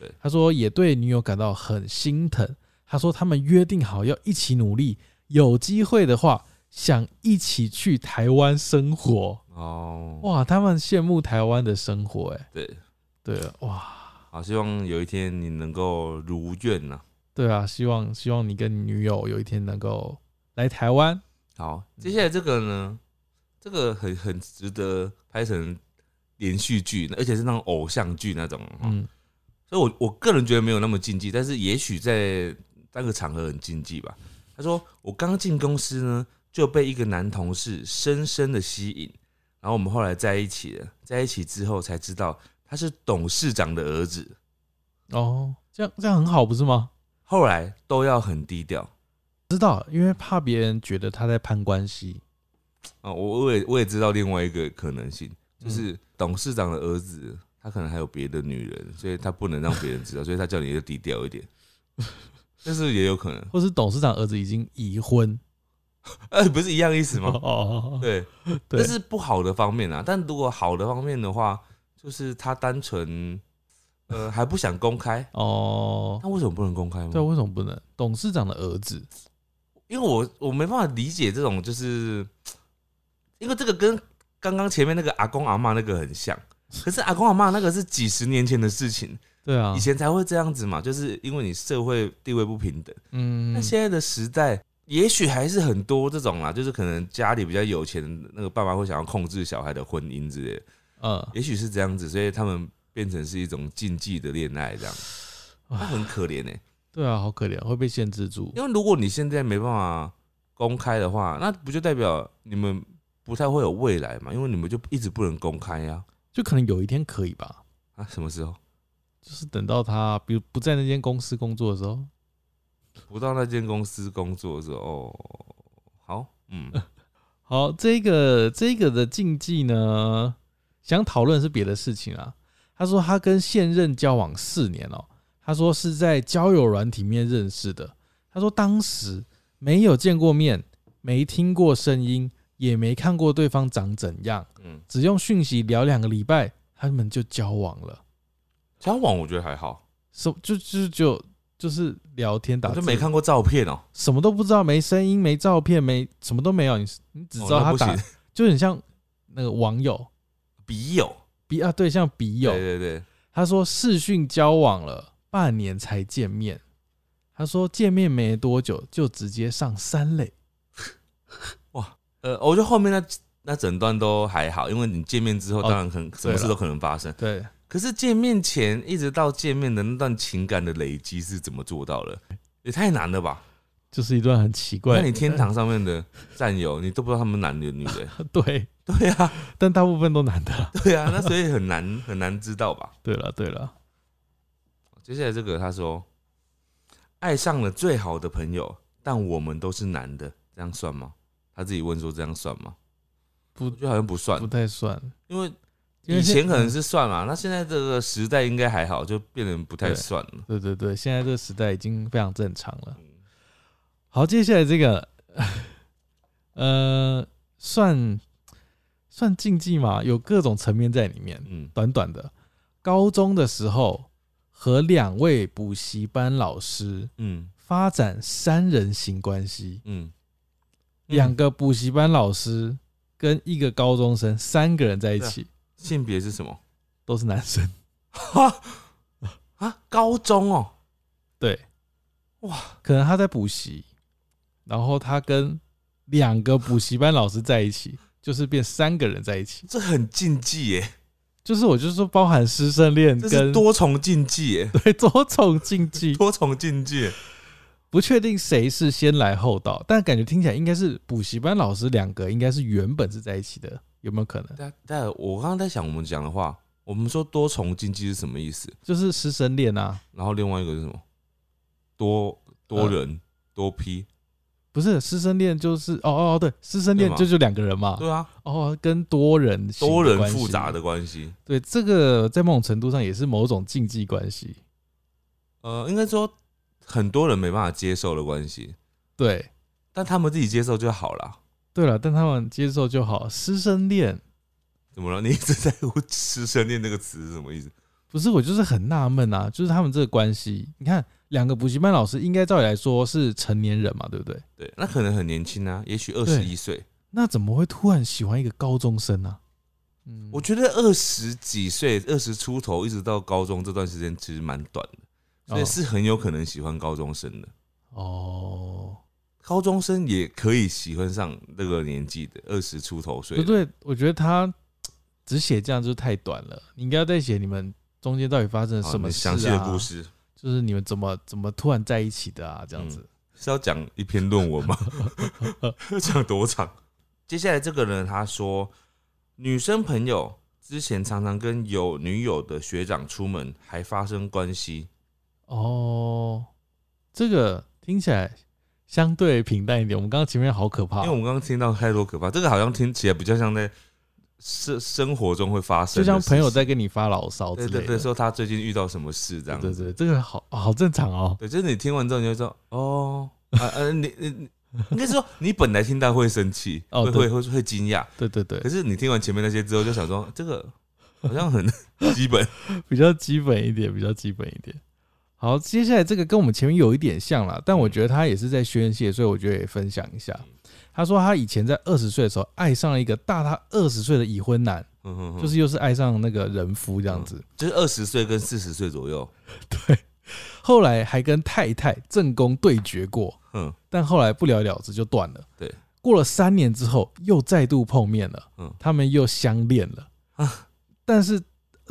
他说也对女友感到很心疼。他说他们约定好要一起努力，有机会的话想一起去台湾生活。哇，他们羡慕台湾的生活，对，哇， 好，希望有一天你能够如愿啊。 对啊，希望你跟你女友有一天能够来台湾。 好，接下来这个呢，这个很值得拍成连续剧，而且是那种偶像剧那种。所以我个人觉得没有那么禁忌，但是也许在那个场合很禁忌吧。他说我刚进公司呢，就被一个男同事深深的吸引，然后我们后来在一起了，在一起之后才知道他是董事长的儿子。 这样很好不是吗？ 后来都要很低调， 知道，因为怕别人觉得他在攀关系。 我也知道另外一个可能性，就是董事长的儿子他可能还有别的女人，所以他不能让别人知道，所以他叫你低调一点。但是也有可能， 或是董事长儿子已经已婚， 不是一样意思吗？对，这是不好的方面啊。但如果好的方面的话，就是他单纯还不想公开那为什么不能公开吗？ 对，为什么不能？董事长的儿子， 因为我没办法理解这种，就是因为这个跟刚刚前面那个阿公阿嬷那个很像，可是阿公阿嬷那个是几十年前的事情。 对啊， 以前才会这样子嘛，就是因为你社会地位不平等。那现在的时代，也许还是很多这种啦，就是可能家里比较有钱的那个爸妈会想要控制小孩的婚姻之类的。也许是这样子，所以他们变成是一种禁忌的恋爱这样，那很可怜对啊，好可怜，会被限制住。 因为如果你现在没办法公开的话，那不就代表你们不太会有未来嘛？因为你们就一直不能公开呀。 就可能有一天可以吧？ 什么时候？ 就是等到他，比如不在那间公司工作的时候， 不到那间公司工作的时候，好， 好，这个的禁忌呢，想讨论是别的事情啊。他说他跟现任交往4年他说是在交友软体面认识的。他说当时没有见过面，没听过声音，也没看过对方长怎样，只用讯息聊2个礼拜，他们就交往了。 交往我觉得还好， 就是聊天打字， 我就没看过照片什么都不知道，没声音，没照片，没什么都没有，你只知道他打，就很像那个网友、 笔友、 对，像笔友。 对。 他说视讯交往了半年才见面，他说见面没多久就直接上3垒。 哇，我觉得后面那整段都还好，因为你见面之后，当然什么事都可能发生。 对。 可是见面前一直到见面的那段情感的累积是怎么做到的？也太难了吧！ 就是一段很奇怪。 那你天堂上面的战友，你都不知道他们男的女的。 对啊，但大部分都男的。 对啊，那所以很难知道吧？ 对了。 接下来这个他说，爱上了最好的朋友，但我们都是男的，这样算吗？他自己问说这样算吗？我觉得好像不算， 不太算， 因为以前可能是算嘛，那现在这个时代应该还好，就变成不太算了。 对，现在这个时代已经非常正常了。好，接下来这个，算禁忌嘛？有各种层面在里面。短短的，高中的时候和2位补习班老师，发展3人行关系。2个补习班老师跟1个高中生，3个人在一起。 性别是什么？ 都是男生。 高中对，哇，可能他在补习，然后他跟2个补习班老师在一起，就是变3个人在一起。 这很禁忌耶。 就是我就是说包含师生恋跟， 这是多重禁忌耶。 对，多重禁忌。不确定谁是先来后到，但感觉听起来应该是补习班老师2个应该是原本是在一起的，有没有可能？ 但我刚刚在想，我们讲的话，我们说多重禁忌是什么意思？ 就是师生恋啊。 然后另外一个是什么？多人多批？ 不是师生恋，就是对，师生恋就2个人嘛。 对啊。 跟多人复杂的关系。 对，这个在某种程度上也是某种禁忌关系。 应该说很多人没办法接受的关系。 对， 但他们自己接受就好了。 对了，但他们接受就好。师生恋怎么了？你一直在乎师生恋那个词是什么意思？ 不是，我就是很纳闷啊，就是他们这个关系，你看2个补习班老师应该照理来说是成年人嘛，对不对？ 对，那可能很年轻啊，也许21岁，那怎么会突然喜欢一个高中生啊？ 我觉得20几岁、20出头一直到高中这段时间其实蛮短的，所以是很有可能喜欢高中生的。哦，高中生也可以喜欢上那个年纪的20出头岁。 不对，我觉得他只写这样就太短了，你应该要再写你们中间到底发生了什么事啊？ 详细的故事， 就是你们怎么突然在一起的啊？这样子是要讲一篇论文吗？讲多长？接下来这个人他说，女生朋友之前常常跟有女友的学长出门，还发生关系。哦， 这个听起来相对平淡一点。我们刚刚前面好可怕， 因为我们刚刚听到太多可怕，这个好像听起来比较像在生活中会发生的， 就像朋友在跟你发牢骚之类的， 对，说他最近遇到什么事这样子。 对，这个好正常哦。 对，就是你听完之后你就说哦，你应该说你本来听到会生气，会惊讶， 对。 可是你听完前面那些之后，就想说这个好像很基本， 比较基本一点。好，接下来这个跟我们前面有一点像啦，但我觉得他也是在宣泄，所以我觉得也分享一下。他说他以前在20岁的时候爱上了一个大他20岁的已婚男，就是又是爱上那个人夫这样子， 就是20岁跟40岁左右。 对，后来还跟太太正宫对决过，但后来不了了之就断了。 对， 过了3年之后又再度碰面了，他们又相恋了。但是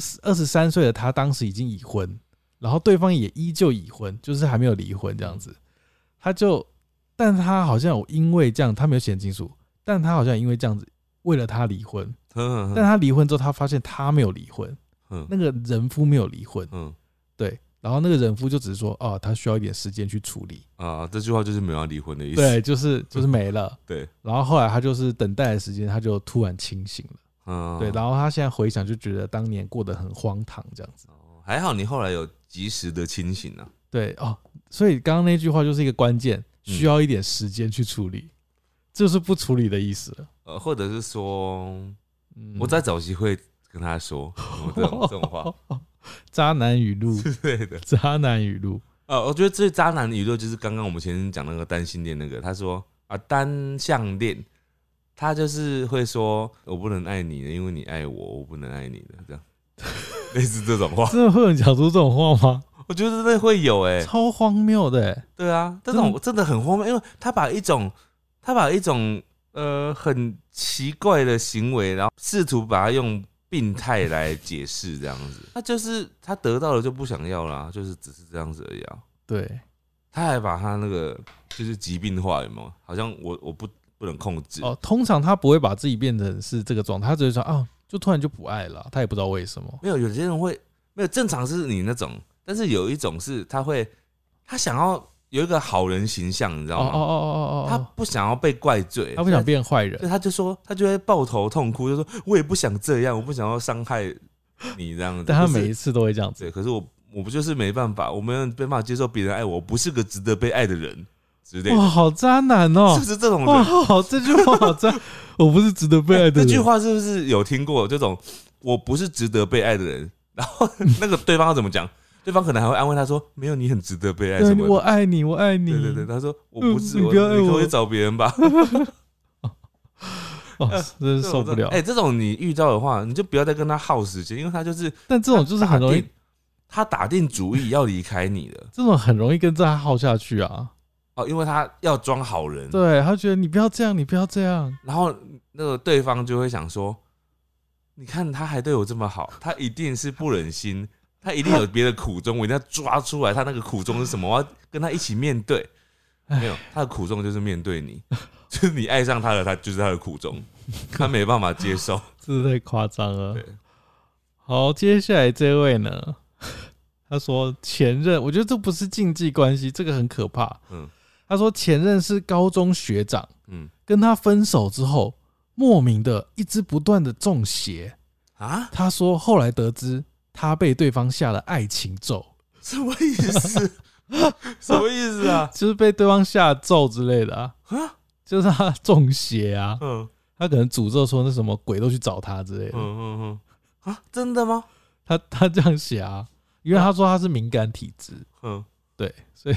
23岁的他当时已经已婚，然后对方也依旧已婚，就是还没有离婚这样子。但他好像有因为这样，他没有写清楚，但他好像因为这样子为了他离婚。但他离婚之后，他发现他没有离婚，那个人夫没有离婚。对，然后那个人夫就只是说，哦，他需要一点时间去处理啊。这句话就是没有要离婚的意思。 对，就是没了。 对， 然后后来他就是等待的时间，他就突然清醒了。对，然后他现在回想就觉得当年过得很荒唐这样子。 还好你后来有及时的清醒啊。 对哦，所以刚刚那句话就是一个关键，需要一点时间去处理，这就是不处理的意思了。 或者是说，我再找机会跟他说这种话。 渣男语录之类的， 渣男语录。 我觉得最渣男的语录就是刚刚我们前面讲那个单性恋那个，他说啊，单向恋，他就是会说我不能爱你的，因为你爱我，我不能爱你的，这样类似这种话。 真的会有人讲出这种话吗？ 我觉得真的会有超荒谬的对啊，这种真的很荒谬，因为他把一种很奇怪的行为，然后试图把它用病态来解释，这样子，他就是他得到了就不想要啦，就是只是这样子而已啊。 对， 他还把他那个就是疾病化，有没有？好像我不能控制哦。通常他不会把自己变成是这个状态，他只会说啊，就突然就不爱了，他也不知道为什么。 没有，有些人会没有正常是你那种。但是有一种是他想要有一个好人形象，你知道吗？他不想要被怪罪， 他不想变坏人， 所以他就会抱头痛哭，就说我也不想这样，我不想要伤害你这样子。 但他每一次都会这样子。 对，可是我不就是没办法，我没有办法接受别人爱我，我不是个值得被爱的人之类的。 哇，好渣男哦！ 是不是这种人？ 哇，好，这句话好渣，我不是值得被爱的人。 这句话是不是有听过这种？我不是值得被爱的人，然后那个对方要怎么讲？对方可能还会安慰他说：“没有，你很值得被爱什么的。” 我爱你，我爱你。 对，他说：“我不是， 你不要爱我， 你可以找别人吧。” 真是受不了。 这种你遇到的话，你就不要再跟他耗时间，因为他就是， 但这种就是很容易， 他打定主意要离开你的， 这种很容易跟他耗下去啊。 因为他要装好人， 对他觉得你不要这样，你不要这样， 然后那个对方就会想说：“你看他还对我这么好，他一定是不忍心。”他一定有别的苦衷，我一定要抓出来。他那个苦衷是什么？我要跟他一起面对。没有，他的苦衷就是面对你，就是你爱上他了，他就是他的苦衷，他没办法接受， 这太夸张了。好，接下来这位呢，他说前任，我觉得这不是禁忌关系，这个很可怕。他说前任是高中学长，跟他分手之后，莫名的一直不断的中邪啊。他说后来得知。他被对方下了爱情咒， 什么意思？什么意思啊？ 就是被对方下咒之类的啊，就是他中邪啊，他可能诅咒说那什么鬼都去找他之类的， 真的吗？ 他这样写啊，因为他说他是敏感体质，对，所以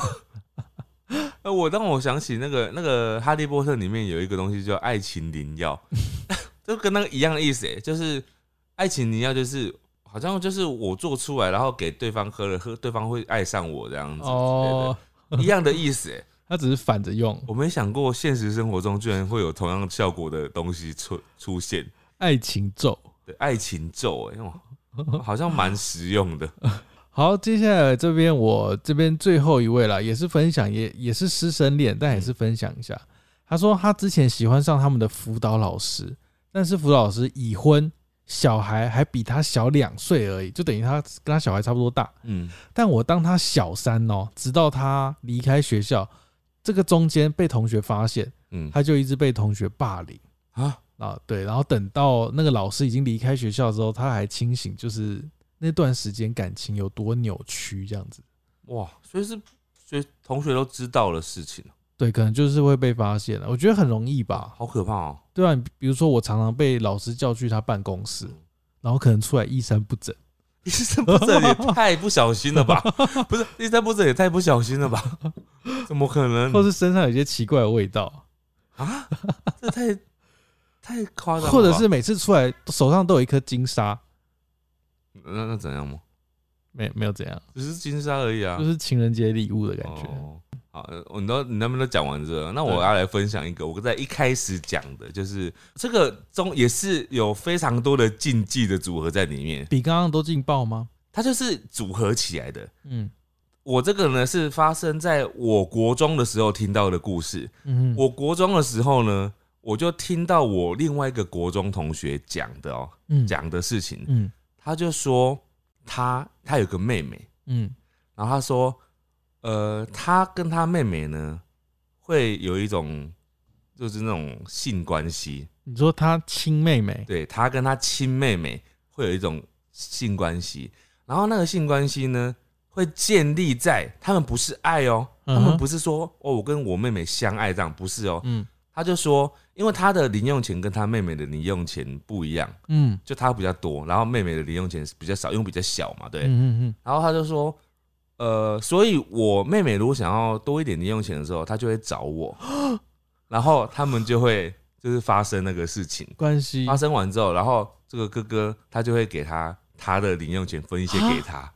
让我想起那个哈利波特里面有一个东西叫爱情灵药，就跟那个一样的意思，就是爱情灵药就是好像就是我做出来，然后给对方喝了，对方会爱上我这样子，一样的意思， 他只是反着用。 我没想过现实生活中居然会有同样效果的东西出现， 爱情咒， 对，爱情咒，好像蛮实用的。 好，接下来我这边最后一位啦，也是分享，也是师生恋，但也是分享一下。他说他之前喜欢上他们的辅导老师，但是辅导老师已婚，小孩还比他小2岁而已，就等于他跟他小孩差不多大。但我当他小3哦，直到他离开学校，这个中间被同学发现，他就一直被同学霸凌啊，对，然后等到那个老师已经离开学校之后，他还清醒，就是那段时间感情有多扭曲这样子。哇， 所以同学都知道了事情， 对，可能就是会被发现了。我觉得很容易吧， 好可怕哦。 对啊，比如说我常常被老师叫去他办公室，然后可能出来衣衫不整， 衣衫不整也太不小心了吧？不是，衣衫不整也太不小心了吧？怎么可能？ 或是身上有些奇怪的味道啊？这太夸张了吧。 或者是每次出来手上都有一颗金沙， 那怎样吗？ 没有怎样， 只是金沙而已啊， 就是情人节礼物的感觉。 好，你那边都讲完这个，那我要来分享一个我在一开始讲的，就是这个中也是有非常多的禁忌的组合在里面， 比刚刚都劲爆吗？ 它就是组合起来的。我这个呢是发生在我国中的时候听到的故事。我国中的时候呢，我就听到我另外一个国中同学讲的事情。他就说他有个妹妹，然后他说，他跟他妹妹呢会有一种就是那种性关系。 你说他亲妹妹？ 对，他跟他亲妹妹会有一种性关系，然后那个性关系呢会建立在他们不是爱哦，他们不是说我跟我妹妹相爱这样，不是哦。他就说，因为他的零用钱跟他妹妹的零用钱不一样，就他比较多，然后妹妹的零用钱比较少，因为比较小嘛，对。然后他就说，所以我妹妹如果想要多一点零用钱的时候，她就会找我，然后他们就会就是发生那个事情关系， 发生完之后，然后这个哥哥他就会给他的零用钱分一些给他，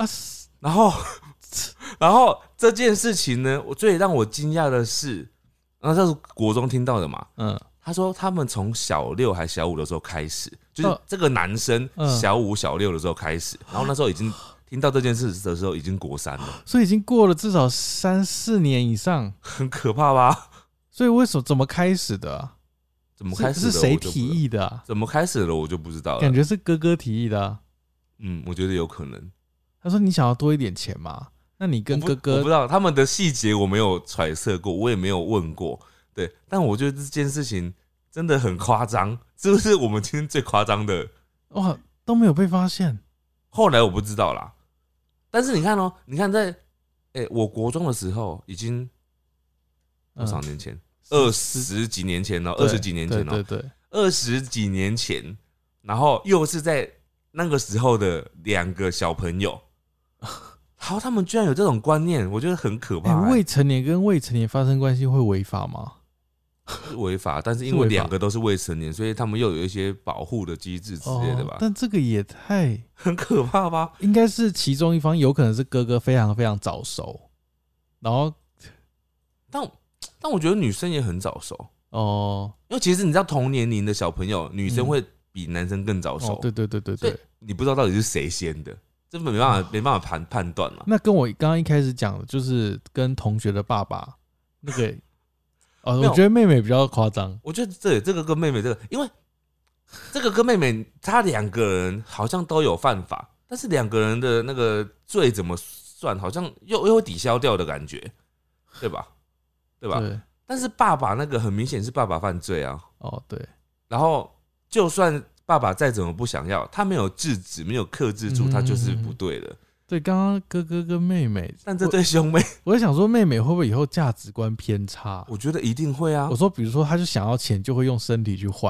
然后这件事情呢，最让我惊讶的是。然后这是国中听到的嘛？他说他们从小6还小5的时候开始，就是这个男生小5小6的时候开始，然后那时候已经听到这件事的时候已经国3了， 所以已经过了至少3、4年以上， 很可怕吧？ 所以怎么开始的啊？ 怎么开始的？ 是谁提议的啊？ 怎么开始的我就不知道了， 感觉是哥哥提议的啊。 我觉得有可能。 他说你想要多一点钱吗？那你跟哥哥， 我不知道他们的细节，我没有揣测过，我也没有问过。对，但我觉得这件事情真的很夸张，是不是我们今天最夸张的？ 哇，都没有被发现。 后来我不知道啦，但是你看哦，你看在我国中的时候已经多少年前？20几年前了，20几年前了， 对 ，20几年前，然后又是在那个时候的2个小朋友。好，他们居然有这种观念，我觉得很可怕。 未成年跟未成年发生关系会违法吗？ 违法，但是因为2个都是未成年，所以他们又有一些保护的机制之类的吧。 但这个也太很可怕吧？ 应该是其中一方有可能是哥哥非常非常早熟，然后， 但我觉得女生也很早熟哦，因为其实你知道同年龄的小朋友，女生会比男生更早熟。 对，所以你不知道到底是谁先的。根本没办法判断了。 那跟我刚刚一开始讲的，就是跟同学的爸爸那个，我觉得妹妹比较夸张。 我觉得这个跟妹妹因为这个跟妹妹，他2个人好像都有犯法，但是2个人的那个罪怎么算，好像又会抵消掉的感觉，对吧？对。但是爸爸那个很明显是爸爸犯罪啊。 对。 然后就算爸爸再怎么不想要，他没有制止，没有克制住，他就是不对的。 对，刚刚哥哥跟妹妹， 但这对兄妹， 我在想说，妹妹会不会以后价值观偏差？ 我觉得一定会啊。 我说，比如说，他就想要钱，就会用身体去换。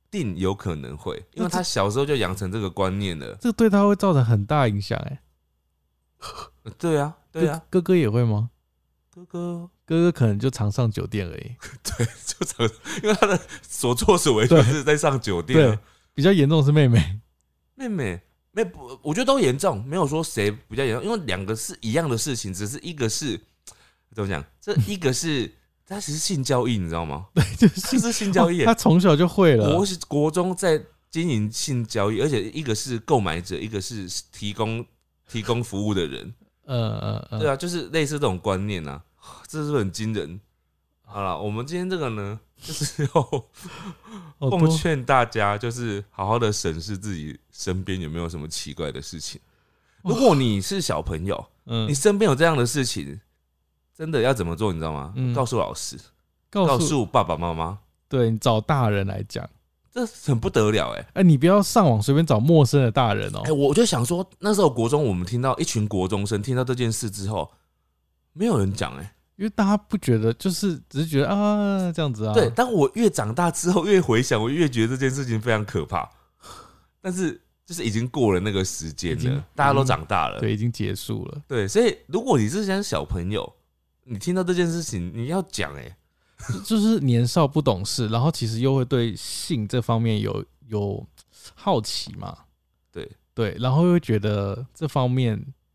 定有可能会，因为他小时候就养成这个观念了。 这对他会造成很大影响对啊，对啊， 哥哥也会吗？ 哥哥可能就常上酒店而已。 对，就常，因为他的所作所为就是在上酒店。 对，比较严重的是妹妹。 我觉得都严重，没有说谁比较严重，因为两个是一样的事情，只是一个是怎么讲？这一个是他只是性交易，你知道吗？ 对， 就是性交易。 他从小就会了。 国中在经营性交易，而且一个是购买者，一个是提供服务的人。对啊，就是类似这种观念啊，这是不是很惊人？好了，我们今天这个呢，就是要奉劝大家，就是好好的审视自己身边有没有什么奇怪的事情。如果你是小朋友，你身边有这样的事情，真的要怎么做？你知道吗？告诉老师，告诉爸爸妈妈。 对，你找大人来讲。 这很不得了你不要上网随便找陌生的大人哦。 我就想说，那时候国中我们听到一群国中生听到这件事之后，没有人讲因为大家不觉得，就是只是觉得啊这样子啊。 对，但我越长大之后越回想，我越觉得这件事情非常可怕。但是就是已经过了那个时间了，大家都长大了， 对，已经结束了。 对，所以如果你是像小朋友，你听到这件事情，你要讲就是年少不懂事，然后其实又会对性这方面有好奇嘛，对，然后又会觉得这方面，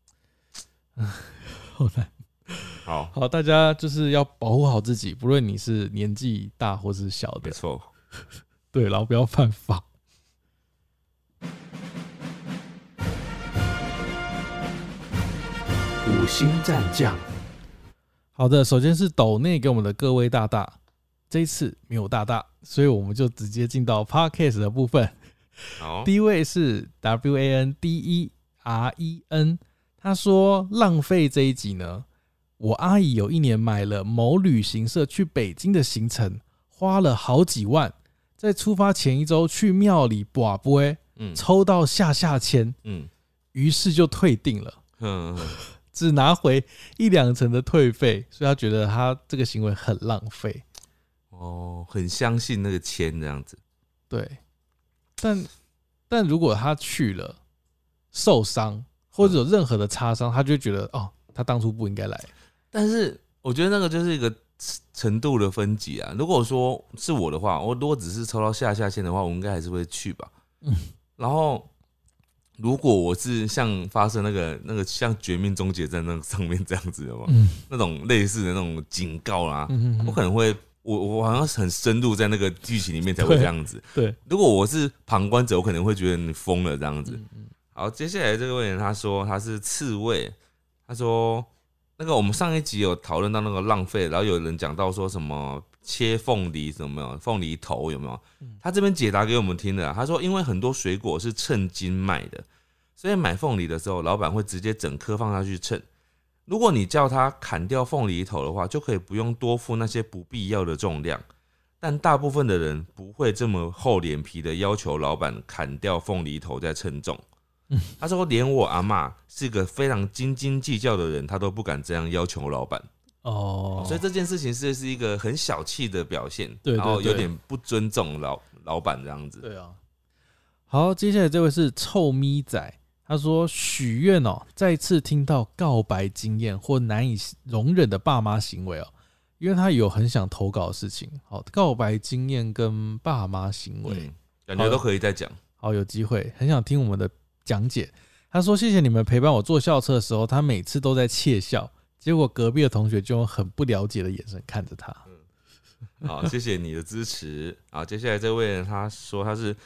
好难。好，大家就是要保护好自己，不论你是年纪大或是小的， 没错， 对，然后不要犯法。5星战将。好的，首先是斗内给我们的各位大大，这一次没有大大，所以我们就直接进到 Podcast 的部分。第一位是 WANDEREN， 他说浪费这一集呢，我阿姨有一年买了某旅行社去北京的行程，花了好几万，在出发前一周去庙里跋杯，抽到下签，于是就退订了。只拿回1-2成的退费，所以他觉得他这个行为很浪费。 很相信那个签这样子。 对，但如果他去了受伤或者有任何的擦伤，他就觉得他当初不应该来。 但是我觉得那个就是一个程度的分级啊。如果说是我的话，我如果只是抽到下签的话，我应该还是会去吧。然后。如果我是像发生那个像《绝命终结战》那上面这样子的嘛，那种类似的那种警告啦，我可能会我好像很深入在那个剧情里面才会这样子。 对， 如果我是旁观者，我可能会觉得你疯了这样子。好，接下来这位人他说他是刺猬，他说那个我们上一集有讨论到那个浪费，然后有人讲到说什么切凤梨什么凤梨头有没有？他这边解答给我们听的，他说因为很多水果是称斤卖的，所以买凤梨的时候，老板会直接整颗放下去称。如果你叫他砍掉凤梨头的话，就可以不用多付那些不必要的重量。但大部分的人不会这么厚脸皮的要求老板砍掉凤梨头再称重。他说连我阿嬷是个非常斤斤计较的人，他都不敢这样要求老板。所以这件事情是一个很小气的表现， 对， 然后有点不尊重老板这样子。 对啊。好，接下来这位是臭咪仔，他说许愿再次听到告白经验或难以容忍的爸妈行为因为他有很想投稿的事情。好，告白经验跟爸妈行为， 感觉都可以再讲。 好，有机会，很想听我们的讲解。他说谢谢你们陪伴我坐校车的时候，他每次都在窃笑。结果隔壁的同学就用很不了解的眼神看着他。 好，谢谢你的支持。好，接下来这位人他说他是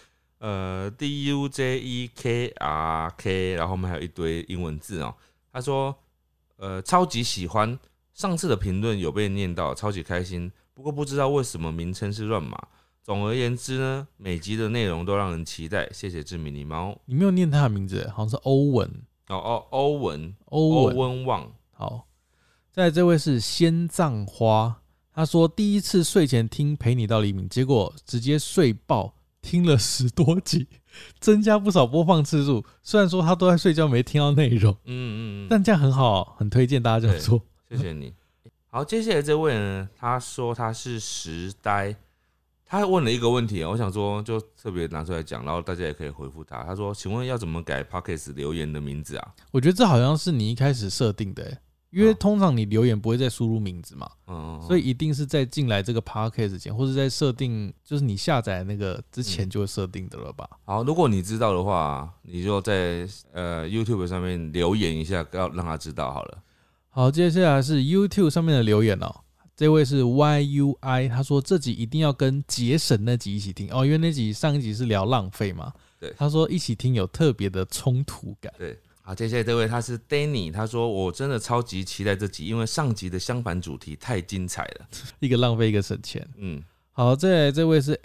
DUJEKRK， 然后后面还有一堆英文字他说超级喜欢，上次的评论有被念到，超级开心。不过不知道为什么名称是乱码。总而言之呢，每集的内容都让人期待。谢谢志明狸猫。 你没有念他的名字，好像是欧文。 欧文旺。 好。再来这位是仙葬花，他说第一次睡前听陪你到黎明，结果直接睡爆，听了10多集，增加不少播放次数。虽然说他都在睡觉没听到内容，但这样很好，很推荐大家这样做。 谢谢你。好，接下来这位呢，他说他是时呆， 他问了一个问题，我想说就特别拿出来讲，然后大家也可以回复他。他说：“请问要怎么改 Podcast 留言的名字啊？” 我觉得这好像是你一开始设定的，因为通常你留言不会再输入名字嘛，所以一定是在进来这个 Podcast 前，或者在设定就是你下载那个之前就会设定的了吧？ 好，如果你知道的话，你就在YouTube 上面留言一下，要让他知道好了。 好，接下来是 YouTube 上面的留言哦。这位是 YUI， 他说这集一定要跟节省那集一起听哦，因为那集上一集是聊浪费嘛。 对， 他说一起听有特别的冲突感。 对，好，接下来这位他是 Danny， 他说我真的超级期待这集，因为上集的相反主题太精彩了， 一个浪费一个省钱。好，再来这位是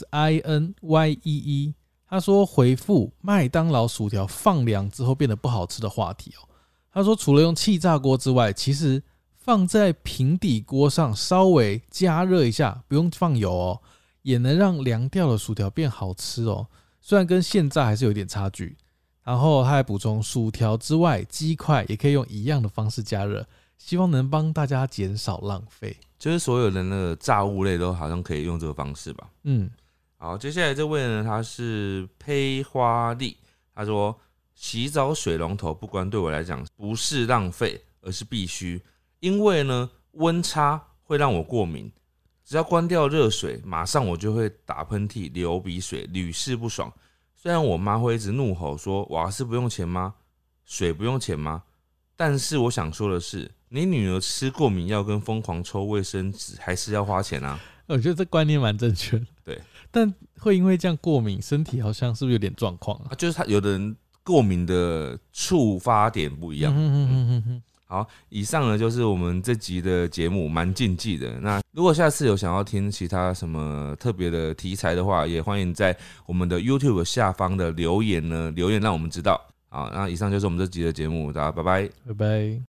XINYEE， 他说回复麦当劳薯条放凉之后变得不好吃的话题哦。他说除了用气炸锅之外，其实放在平底锅上稍微加热一下，不用放油哦，也能让凉掉的薯条变好吃哦。虽然跟现炸还是有点差距。然后他还补充，薯条之外，鸡块也可以用一样的方式加热，希望能帮大家减少浪费。 就是所有的那个炸物类都好像可以用这个方式吧。好，接下来这位呢，他是胚花丽，他说洗澡水龙头不关对我来讲不是浪费，而是必须。因为呢，温差会让我过敏，只要关掉热水，马上我就会打喷嚏、流鼻水，屡试不爽。虽然我妈会一直怒吼说瓦斯不用钱吗？水不用钱吗？但是我想说的是，你女儿吃过敏药跟疯狂抽卫生纸还是要花钱啊。 我觉得这观念蛮正确的。 对， 但会因为这样过敏，身体好像是不是有点状况啊？ 就是他有的人过敏的触发点不一样。好，以上呢就是我们这集的节目，蛮禁忌的。那如果下次有想要听其他什么特别的题材的话，也欢迎在我们的 YouTube 下方的留言让我们知道。好，那以上就是我们这集的节目，大家拜拜， 拜拜。